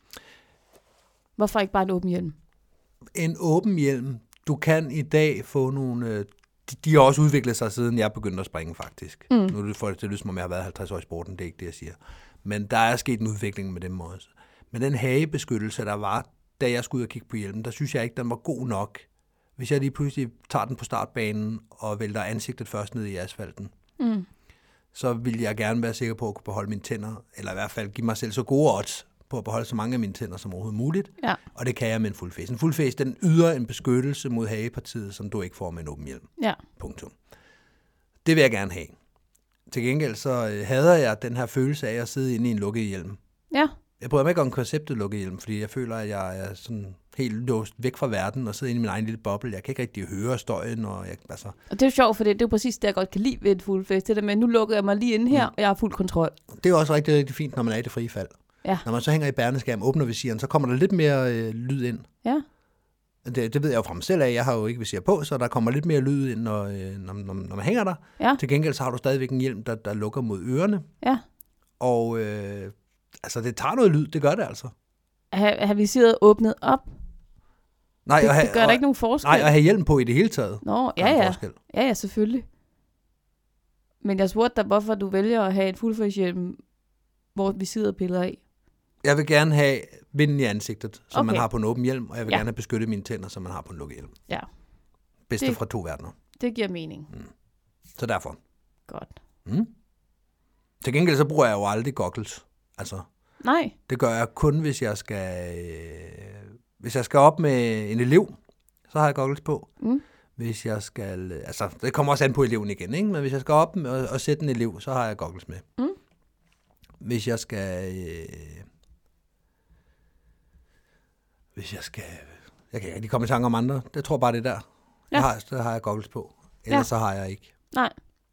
Hvorfor ikke bare en åben hjelm? En åben hjelm. Du kan i dag få nogle... De har også udviklet sig, siden jeg begyndte at springe, faktisk. Nu får det til at lyde, som om jeg har været 50 år i sporten. Det er ikke det, jeg siger. Men der er sket en udvikling med dem også. Men den hagebeskyttelse, der var, da jeg skulle ud og kigge på hjelmen, der synes jeg ikke, den var god nok. Hvis jeg lige pludselig tager den på startbanen og vælter ansigtet først ned i asfalten, så vil jeg gerne være sikker på at kunne beholde mine tænder, eller i hvert fald give mig selv så gode odds på at beholde så mange af mine tænder som overhovedet muligt. Ja. Og det kan jeg med en full face. En full face, den yder en beskyttelse mod hagepartiet, som du ikke får med en åben hjelm. Ja. Punktum. Det vil jeg gerne have. Til gengæld så hader jeg den her følelse af at sidde inde i en lukket hjelm. Ja. Jeg bryder mig ikke om konceptet lukket hjelm, fordi jeg føler, at jeg er sådan helt låst væk fra verden og sidder inde i min egen lille boble. Jeg kan ikke rigtig høre støjen. Og og det er jo sjovt, for det er jo præcis det, jeg godt kan lide ved et full face. Det der med, nu lukker jeg mig lige inde her, og jeg har fuld kontrol. Det er jo også rigtig, rigtig fint, når man er i det frie fald. Ja. Når man så hænger i bærendeskærm, åbner visiren, så kommer der lidt mere lyd ind. Ja. Det ved jeg jo fra mig selv af. Jeg har jo ikke visir på, så der kommer lidt mere lyd ind, når man hænger der. Ja. Til gengæld så har du stadigvæk en hjelm, der lukker mod ørerne. Ja. Og altså, det tager noget lyd. Det gør det altså. Har visiret åbnet op? Nej, det gør der ikke nogen forskel. Nej, at have hjelm på i det hele taget. Nå, ja, selvfølgelig. Men jeg spurgte dig, hvorfor du vælger at have en full-face hjelm, hvor visiret piller af. Jeg vil gerne have vinden i ansigtet, som man Okay. har på en åben hjelm, og jeg vil gerne have beskyttet mine tænder, som man har på en lukket hjelm. Ja. Bedste fra 2 verdener. Det giver mening. Så derfor. Godt. Til gengæld så bruger jeg jo aldrig goggles. Altså, Nej. det gør jeg kun, hvis jeg skal op med en elev, så har jeg goggles på. Hvis jeg skal, altså det kommer også an på eleven igen, ikke? Men hvis jeg skal op og sætte en elev, så har jeg goggles med. Hvis jeg skal, jeg kan ikke rigtig komme i tanke om andre. Jeg tror bare, det er der. Ja. Der har jeg goggles på. Ellers så har jeg ikke. Nej.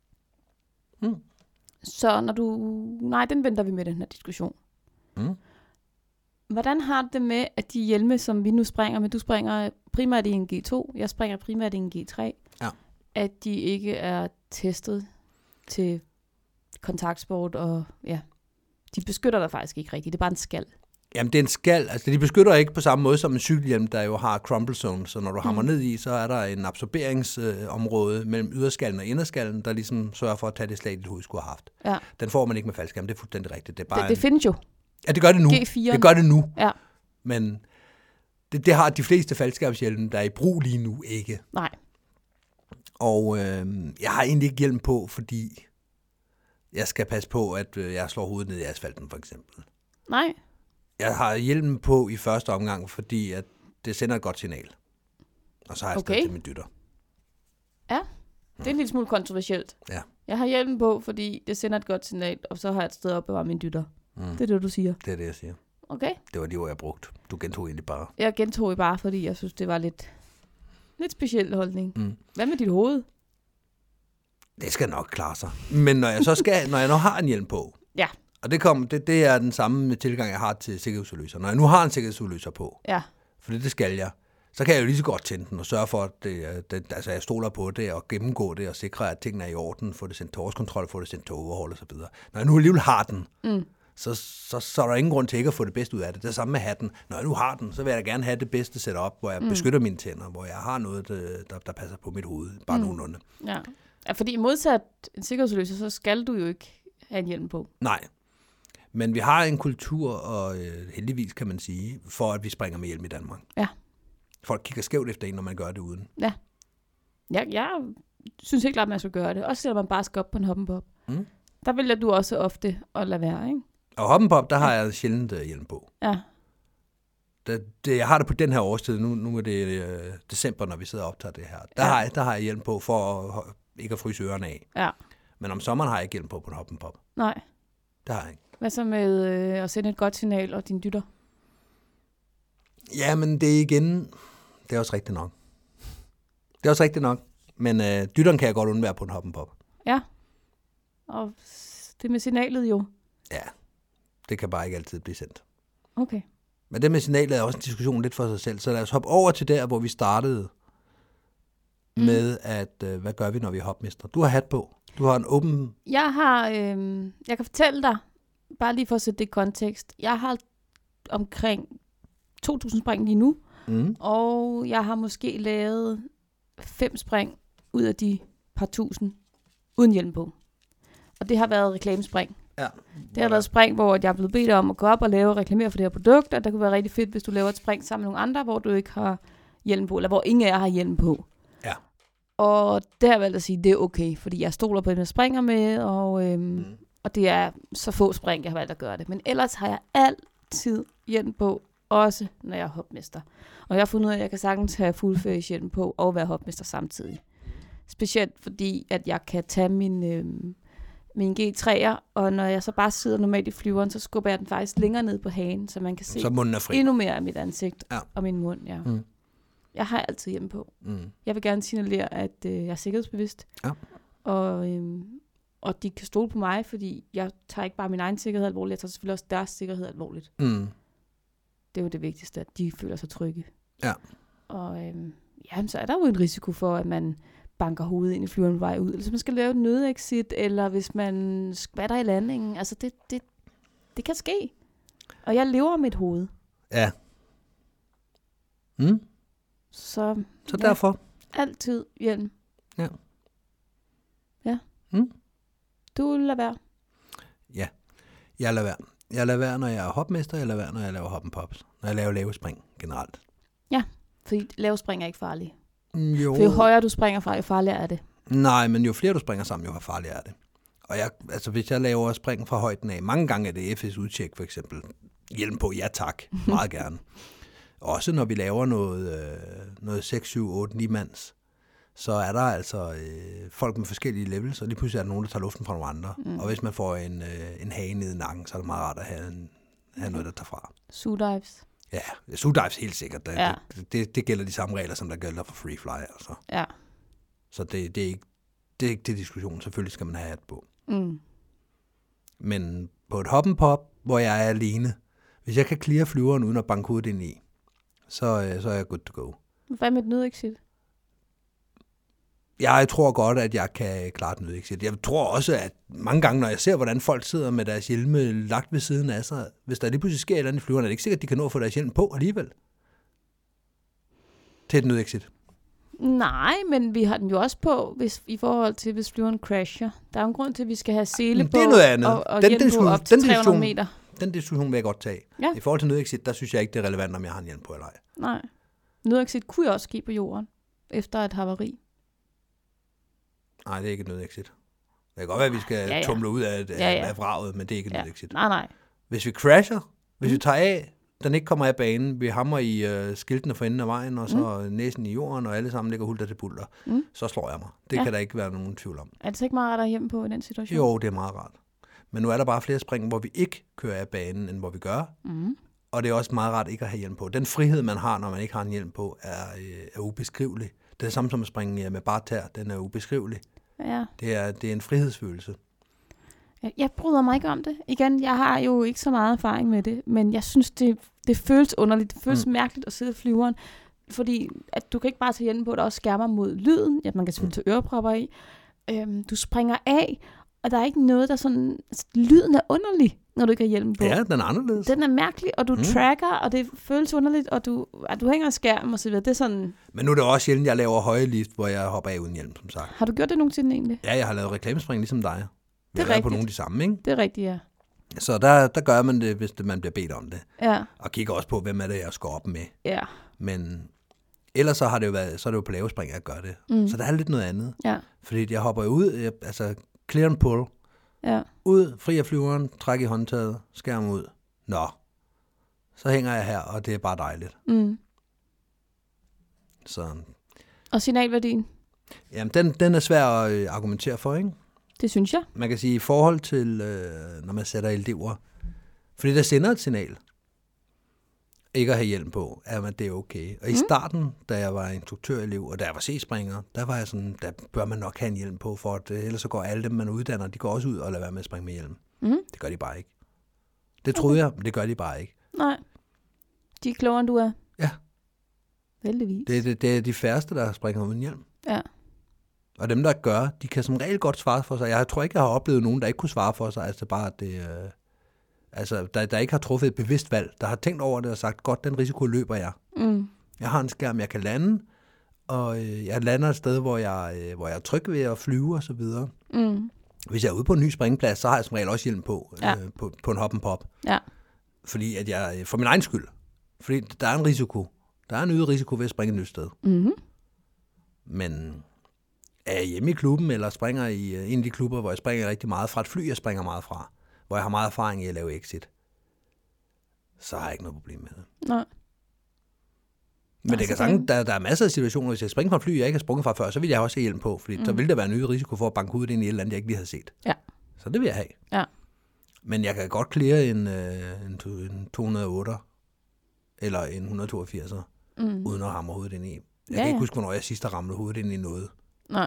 Så når du... Nej, den venter vi med, den her diskussion. Hvordan har du det med, at de hjelme, som vi nu springer med, du springer primært i en G2, jeg springer primært i en G3, at de ikke er testet til kontaktsport, og ja, de beskytter dig faktisk ikke rigtigt. Det er bare en skal. Jamen, det er en skal. Altså, de beskytter ikke på samme måde som en cykelhjelm, der jo har crumple zone. Så når du hammer ned i, så er der en absorberingsområde mellem yderskallen og inderskallen, der ligesom sørger for at tage det slag, dit hoved skulle have haft. Ja. Den får man ikke med faldskærm. Det er fuldstændig rigtigt. Det er bare det findes jo. Ja, det gør det nu. G4'en. Det gør det nu. Ja. Men det har de fleste faldskærmshjelme, der er i brug lige nu, ikke. Nej. Og jeg har egentlig ikke hjelm på, fordi jeg skal passe på, at jeg slår hovedet ned i asfalten, for eksempel. Nej. Jeg har hjelmen på i første omgang, fordi at det sender et godt signal. Og så har jeg stadig til min dytter. Ja, det er en lille smule kontroversielt. Ja. Jeg har hjelmen på, fordi det sender et godt signal, og så har jeg et sted at opbevare mine dytter. Det er det, du siger. Det er det, jeg siger. Okay. Det var de ord, jeg brugte. Du gentog egentlig bare. Jeg gentog bare, fordi jeg synes, det var lidt speciel holdning. Hvad med dit hoved? Det skal nok klare sig. Men når jeg nu har en hjelm på, ja. Og det er den samme tilgang, jeg har til sikkerhedsudløser. Når jeg nu har en sikkerhedsudløser på, ja. for det skal jeg, så kan jeg jo lige så godt tænde den og sørge for, at jeg stoler på det og gennemgå det og sikre, at tingene er i orden, få det sendt til årskontrol, få det sendt til overhold og så videre. Når jeg nu alligevel har den, så er der ingen grund til ikke at få det bedste ud af det. Det er samme med hatten. Når jeg nu har den, så vil jeg da gerne have det bedste setup, hvor jeg beskytter mine tænder, hvor jeg har noget, der passer på mit hoved, bare nogenlunde. Ja, fordi modsat en sikkerhedsudløser, så skal du jo ikke have en hjelm på. Nej, men vi har en kultur, og heldigvis kan man sige, for at vi springer med hjelm i Danmark. Ja. Folk kigger skævt efter en, når man gør det uden. Ja. Jeg synes ikke klart, at man skal gøre det. Også selvom man bare skal op på en hoppenpop. Der vælger du også ofte at lade være, ikke? Og hoppenpop, der har jeg sjældent hjelm på. Ja. Jeg har det på den her årstid. Nu er det december, når vi sidder og optager det her. Der har jeg hjelm på, for ikke at fryse ørerne af. Ja. Men om sommeren har jeg ikke hjelm på en hoppenpop. Nej. Det har jeg ikke. Hvad så med at sende et godt signal og dine dytter? Ja, men det er igen... Det er også rigtigt nok. Det er også rigtigt nok. Men dytteren kan jeg godt undvære på en hoppenpop. Ja. Og det med signalet jo. Ja. Det kan bare ikke altid blive sendt. Okay. Men det med signalet er også en diskussion lidt for sig selv. Så lad os hoppe over til der, hvor vi startede med, at hvad gør vi, når vi er hopmestre? Du har hat på. Du har en åben... Jeg kan fortælle dig, bare lige for at sætte det i kontekst. Jeg har omkring 2.000 spring lige nu, og jeg har måske lavet 5 spring ud af de par tusind uden hjelm på. Og det har været reklamespring. Ja. Det har været spring, hvor jeg er blevet bedt om at gå op og lave og reklamere for det her produkt, og der kunne være rigtig fedt, hvis du laver et spring sammen med nogle andre, hvor du ikke har hjelm på, eller hvor ingen af jer har hjelm på. Ja. Og det har jeg valgt at sige, det er okay, fordi jeg stoler på dem, jeg springer med, og det er så få spring, jeg har valgt at gøre det. Men ellers har jeg altid hjelm på, også når jeg er hopmester. Og jeg har fundet ud af, at jeg kan sagtens have full face hjelm på og være hopmester samtidig. Specielt fordi, at jeg kan tage min G3'er, og når jeg så bare sidder normalt i flyveren, så skubber jeg den faktisk længere ned på hagen, så man kan se endnu mere af mit ansigt og min mund. Ja. Jeg har altid hjelm på. Jeg vil gerne signalere, at jeg er sikkerhedsbevidst, og de kan stole på mig, fordi jeg tager ikke bare min egen sikkerhed alvorligt, jeg tager selvfølgelig også deres sikkerhed alvorligt. Det er jo det vigtigste, at de føler sig trygge. Ja. Og så er der jo en risiko for, at man banker hovedet ind i flyveren på vej ud, eller hvis man skal lave et nødexit, eller hvis man skvatter i landingen. Altså, det kan ske. Og jeg lever med et hoved. Ja. Så derfor? Altid hjelm. Ja. Ja. Du lader være. Ja, jeg lader være. Jeg lader være, når jeg er hopmester, jeg lader være, når jeg laver hoppenpops. Når jeg laver lavespring generelt. Ja, fordi lavespring er ikke farlig. Jo. For jo højere du springer fra, jo farligere er det. Nej, men jo flere du springer sammen, jo farligere er det. Og hvis jeg laver spring fra højden af, mange gange er det FS-udtjek for eksempel. Hjelm på, ja tak, meget gerne. Også når vi laver noget 6, 7, 8, 9 mands, så er der altså folk med forskellige levels, og lige pludselig er der nogen, der tager luften fra nogle andre. Og hvis man får en hage ned i nakken, så er det meget rart at have noget, der tager fra. Sugdives. Ja, sugdives helt sikkert. Det gælder de samme regler, som der gælder for free fly. Altså. Ja. Så det er ikke det diskussion. Selvfølgelig skal man have hat på. Men på et hoppenpop, hvor jeg er alene, hvis jeg kan clear flyveren uden at banke hovedet ind i, så er jeg good to go. Hvad med et nødexit? Jeg tror godt, at jeg kan klare et nødexit. Jeg tror også, at mange gange, når jeg ser, hvordan folk sidder med deres hjelme lagt ved siden af sig, hvis der lige pludselig sker et eller andet i flyveren, er det ikke sikkert, at de kan nå at få deres hjelm på alligevel. Til et nødexit. Nej, men vi har den jo også på, i forhold til, hvis flyveren crasher. Der er jo en grund til, at vi skal have sele på. Det er noget andet. Og hjelm på op til 300 meter. Den diskussion vil jeg godt tage. Ja. I forhold til nødexit, der synes jeg ikke, det er relevant, om jeg har en hjelm på eller ej. Nej. Nødexit kunne jo også ske på jorden, efter et havari. Nej, det er ikke et nødexit. Det kan godt være, at vi skal tumle ud af vraget, men det er ikke et nødexit. Nej. Hvis vi crasher, hvis vi tager af, den ikke kommer af banen, vi hammer i skiltene for enden af vejen, og så næsen i jorden, og alle sammen ligger hulter til bulter, så slår jeg mig. Det kan der ikke være nogen tvivl om. Er det så ikke meget rart at hjemme på i den situation? Jo, det er meget rart. Men nu er der bare flere spring, hvor vi ikke kører af banen, end hvor vi gør. Og det er også meget rart ikke at have hjelm på. Den frihed, man har, når man ikke har en hjelm på, er ubeskrivelig. Det er det samme som at springe med bare tær. Den er ubeskrivelig. Ja. Det er en frihedsfølelse. Jeg bryder mig ikke om det. Igen, jeg har jo ikke så meget erfaring med det, men jeg synes, det føles underligt. Det føles mærkeligt at sidde i flyveren. fordi at du kan ikke bare tage hjelmen på, der også skærmer mod lyden. Ja, man kan selvfølgelig tage ørepropper i. Du springer af, og der er ikke noget, der sådan... Altså, lyden er underlig, når du ikke har hjelmen på. Ja, den er anderledes. Den er mærkelig, og du tracker, og det føles underligt, og du hænger af skærm og så videre. Det er sådan... Men nu er det også sjældent, jeg laver høje lift, hvor jeg hopper af uden hjelm, som sagt. Har du gjort det nogensinde egentlig? Ja, jeg har lavet reklamespring ligesom dig. Det er rigtigt. På rigtigt. nogle af de samme, ikke? Det er rigtigt, ja. Så der gør man det, hvis man bliver bedt om det. Ja. Og kigger også på, hvem er det, jeg skal op med. Ja. Men ellers så har det jo været, så er det jo på lavespring, jeg gør det. Så der er lidt noget andet. Ja. Fordi jeg hopper jo ud, altså clear and pull. Ja. Ud, fri af flyveren, træk i håndtaget, skærm ud. Nå, så hænger jeg her, og det er bare dejligt. Så, og signalværdien? jamen, den er svær at argumentere for, ikke? Det synes jeg. Man kan sige i forhold til, når man sætter elever, fordi der sender et signal, ikke at have hjelm på, at det er okay. Og i starten, da jeg var instruktørelev, og da jeg var C-springer, der var jeg sådan, der bør man nok have en hjelm på, for at ellers så går alle dem, man uddanner, de går også ud og lader være med at springe med hjelm. Det gør de bare ikke. Det troede jeg, men det gør de bare ikke. Nej. De er klogere, end du er. Ja. Heldigvis. Det er de færreste, der springer uden hjelm. Ja. Og dem, der gør, de kan som regel godt svare for sig. Jeg tror ikke, jeg har oplevet nogen, der ikke kunne svare for sig. Altså bare, der ikke har truffet et bevidst valg. Der har tænkt over det og sagt, godt, den risiko løber jeg. Jeg har en skærm, jeg kan lande, og jeg lander et sted, hvor jeg er tryg ved at flyve og så videre. Hvis jeg er ude på en ny springplads, så har jeg som regel også hjelm på, på en hop and pop. Ja. Fordi at jeg, for min egen skyld, fordi der er en risiko. Der er en øget risiko ved at springe et nyt sted. Men er jeg hjemme i klubben, eller springer i en af de klubber, hvor jeg springer rigtig meget fra et fly, jeg springer meget fra, hvor jeg har meget erfaring i at lave exit, så har jeg ikke noget problem med det. Nej. Men det kan sagtens, der er masser af situationer, hvis jeg springer fra et fly, jeg ikke har sprunget fra før, så vil jeg også have hjelm på, fordi så vil der være en øget risiko for at banke hovedet ind i et eller andet, jeg ikke lige havde set. Ja. Så det vil jeg have. Ja. Men jeg kan godt cleare en 208 eller en 182, uden at ramme hovedet ind i. Jeg kan ikke huske, hvornår jeg sidst har ramlet hovedet ind i noget. Nej.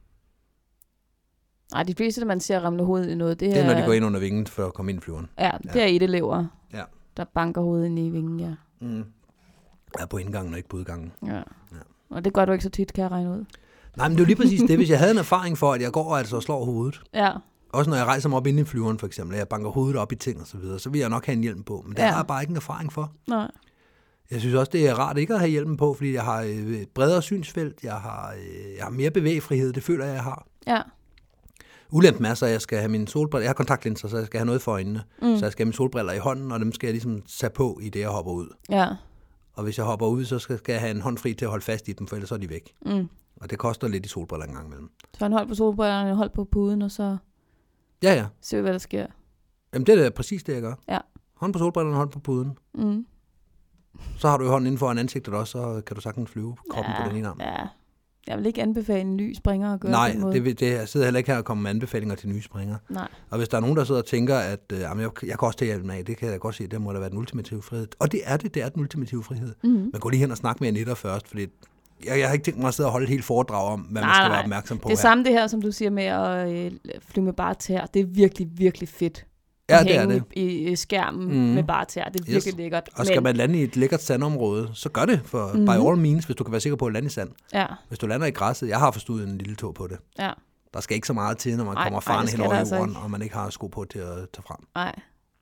Nej, de fleste, der man ser ramle hovedet i noget, det er, når de går ind under vingen for at komme ind i flyveren. Ja, det er elever, ja, der banker hovedet ind i vingen, ja. Ja, på indgangen og ikke på udgangen. Ja. Og det gør du ikke så tit, kan jeg regne ud. Nej, men det er jo lige præcis det, hvis jeg havde en erfaring for, at jeg går altså og slår hovedet. Ja. Også når jeg rejser mig op inde i flyveren, for eksempel, og jeg banker hovedet op i ting og så videre, så vil jeg nok have en hjelm på. Men det har jeg bare ikke en erfaring for. Nej. Jeg synes også, det er rart ikke at have hjelmen på, fordi jeg har et bredere synsfelt, jeg har mere bevægefrihed, det føler jeg har. Ja. Ulempen er så, at jeg skal have mine solbriller, jeg har kontaktlinser, så jeg skal have noget for øjnene. Så jeg skal have mine solbriller i hånden, og dem skal jeg ligesom tage på i det, jeg hopper ud. Ja. Og hvis jeg hopper ud, så skal jeg have en hånd fri til at holde fast i dem, for ellers er de væk. Og det koster lidt i solbriller en gang imellem. Så han holdt på solbrillerne, han holdt på puden, og så ser vi, hvad der sker. Jamen, det er præcis det, jeg gør. Ja. Hånd på solbrillerne, hånd på puden. Så har du jo hånden inden foran ansigtet også, så kan du sagtens flyve kroppen på den ene arm. Ja. Jeg vil ikke anbefale en ny springer at gøre Nej, på den måde. jeg sidder heller ikke her og kommer med anbefalinger til nye springere. Nej. Og hvis der er nogen, der sidder og tænker, at jeg kan også tage hjelmen af, det kan jeg godt se, det må da være den ultimative frihed. Og det er den ultimative frihed. Men gå lige hen og snak med Anita først, fordi jeg har ikke tænkt mig at sidde og holde et helt foredrag om, hvad man skal være opmærksom på. Det er samme det her, som du siger med at flyve med bare tæer. Det er virkelig, virkelig fedt. Ja, det er det. I skærmen med bare tæer. Det er virkelig lækkert. Og skal man lande i et lækkert sandområde, så gør det, for by all means, hvis du kan være sikker på at lande i sand. Ja. Hvis du lander i græsset, jeg har forstået en lille tog på det. Ja. Der skal ikke så meget til, når man kommer farne hen over jorden, og man ikke har sko på til at tage frem. Nej.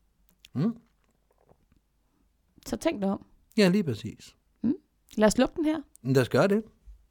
Så tænk dig om. Ja, lige præcis. Lad os lukke den her. Lad os gøre det.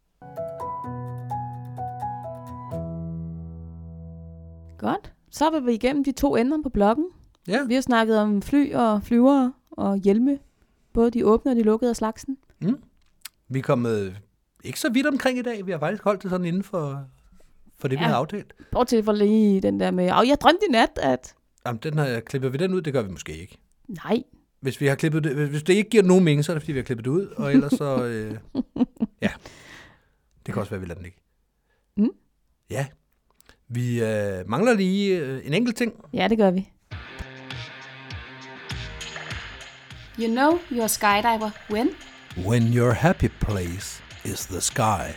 Godt. Så er vi igennem de 2 ender på blokken. Ja. Vi har snakket om fly og flyvere og hjelme. Både de åbne og de lukkede af slagsen. Vi er kommet ikke så vidt omkring i dag. Vi har faktisk holdt det sådan inden for det, vi har aftalt. Bortset for lige den der med, jeg drømte i nat, at... Jamen, klipper vi den ud? Det gør vi måske ikke. Nej. Hvis vi har klippet det, hvis det ikke giver nogen mening, så er det, fordi vi har klippet det ud. Og ellers så... ja. Det kan også være, vi lader den ikke. Ja. Vi mangler lige en enkelt ting. Ja, det gør vi. You know you're a skydiver when? When your happy place is the sky.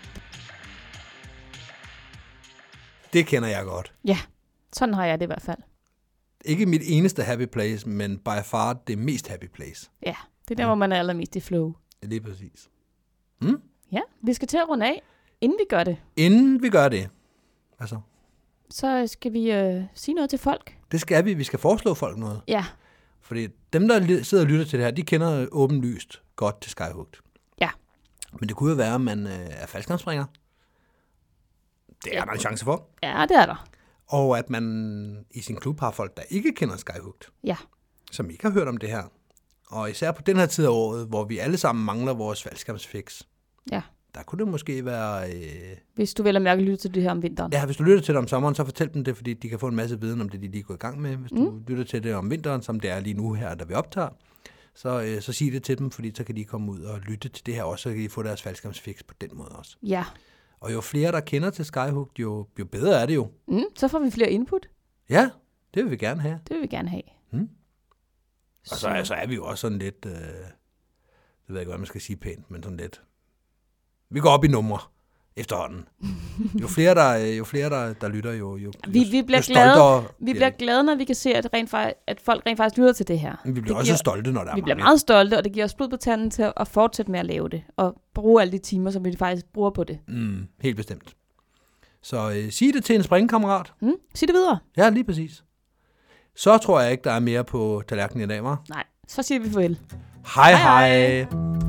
Det kender jeg godt. Ja, sådan har jeg det i hvert fald. Ikke mit eneste happy place, men by far det mest happy place. Ja, det er der, hvor man er allermest i flow. Lige præcis. Ja, vi skal til at runde af. Inden vi gør det, Inden vi gør det, altså, så skal vi sige noget til folk. det skal vi. Vi skal foreslå folk noget. Ja, Fordi dem, der sidder og lytter til det her, de kender åbenlyst godt til Skyhooked. ja. Men det kunne jo være, at man er faldskærmsspringer. Det er der en chance for. Ja, det er der. Og at man i sin klub har folk, der ikke kender Skyhooked. Ja. Som ikke har hørt om det her. Og især på den her tid af året, hvor vi alle sammen mangler vores faldskærmsfix. Ja. Der kunne det måske være... Hvis du vel at mærke lytte til det her om vinteren. Ja, hvis du lytter til det om sommeren, så fortæl dem det, fordi de kan få en masse viden om det, de lige går i gang med. Hvis du lytter til det om vinteren, som det er lige nu her, da vi optager, så sig det til dem, fordi så kan de komme ud og lytte til det her også, så kan de få deres faldskærmsfix på den måde også. Ja. Og jo flere, der kender til Skyhooked, jo bedre er det jo. Så får vi flere input. Ja, det vil vi gerne have. Det vil vi gerne have. Og så er vi jo også sådan lidt, det ved jeg ikke, hvad man skal sige pænt, men sådan lidt, vi går op i numre efterhånden. Jo flere, der lytter, jo Vi bliver stoltere. Vi bliver glade, når vi kan se, at folk rent faktisk lytter til det her. Men vi bliver også stolte, når der er Vi bliver mange. meget stolte, og det giver os blod på tanden til at fortsætte med at lave det. Og bruge alle de timer, som vi faktisk bruger på det. Helt bestemt. Så sig det til en springkammerat. Sig det videre. Ja, lige præcis. Så tror jeg ikke, der er mere på tallerkenen i dag, hva'? Nej, så siger vi farvel. Hej Hej, hej. hej.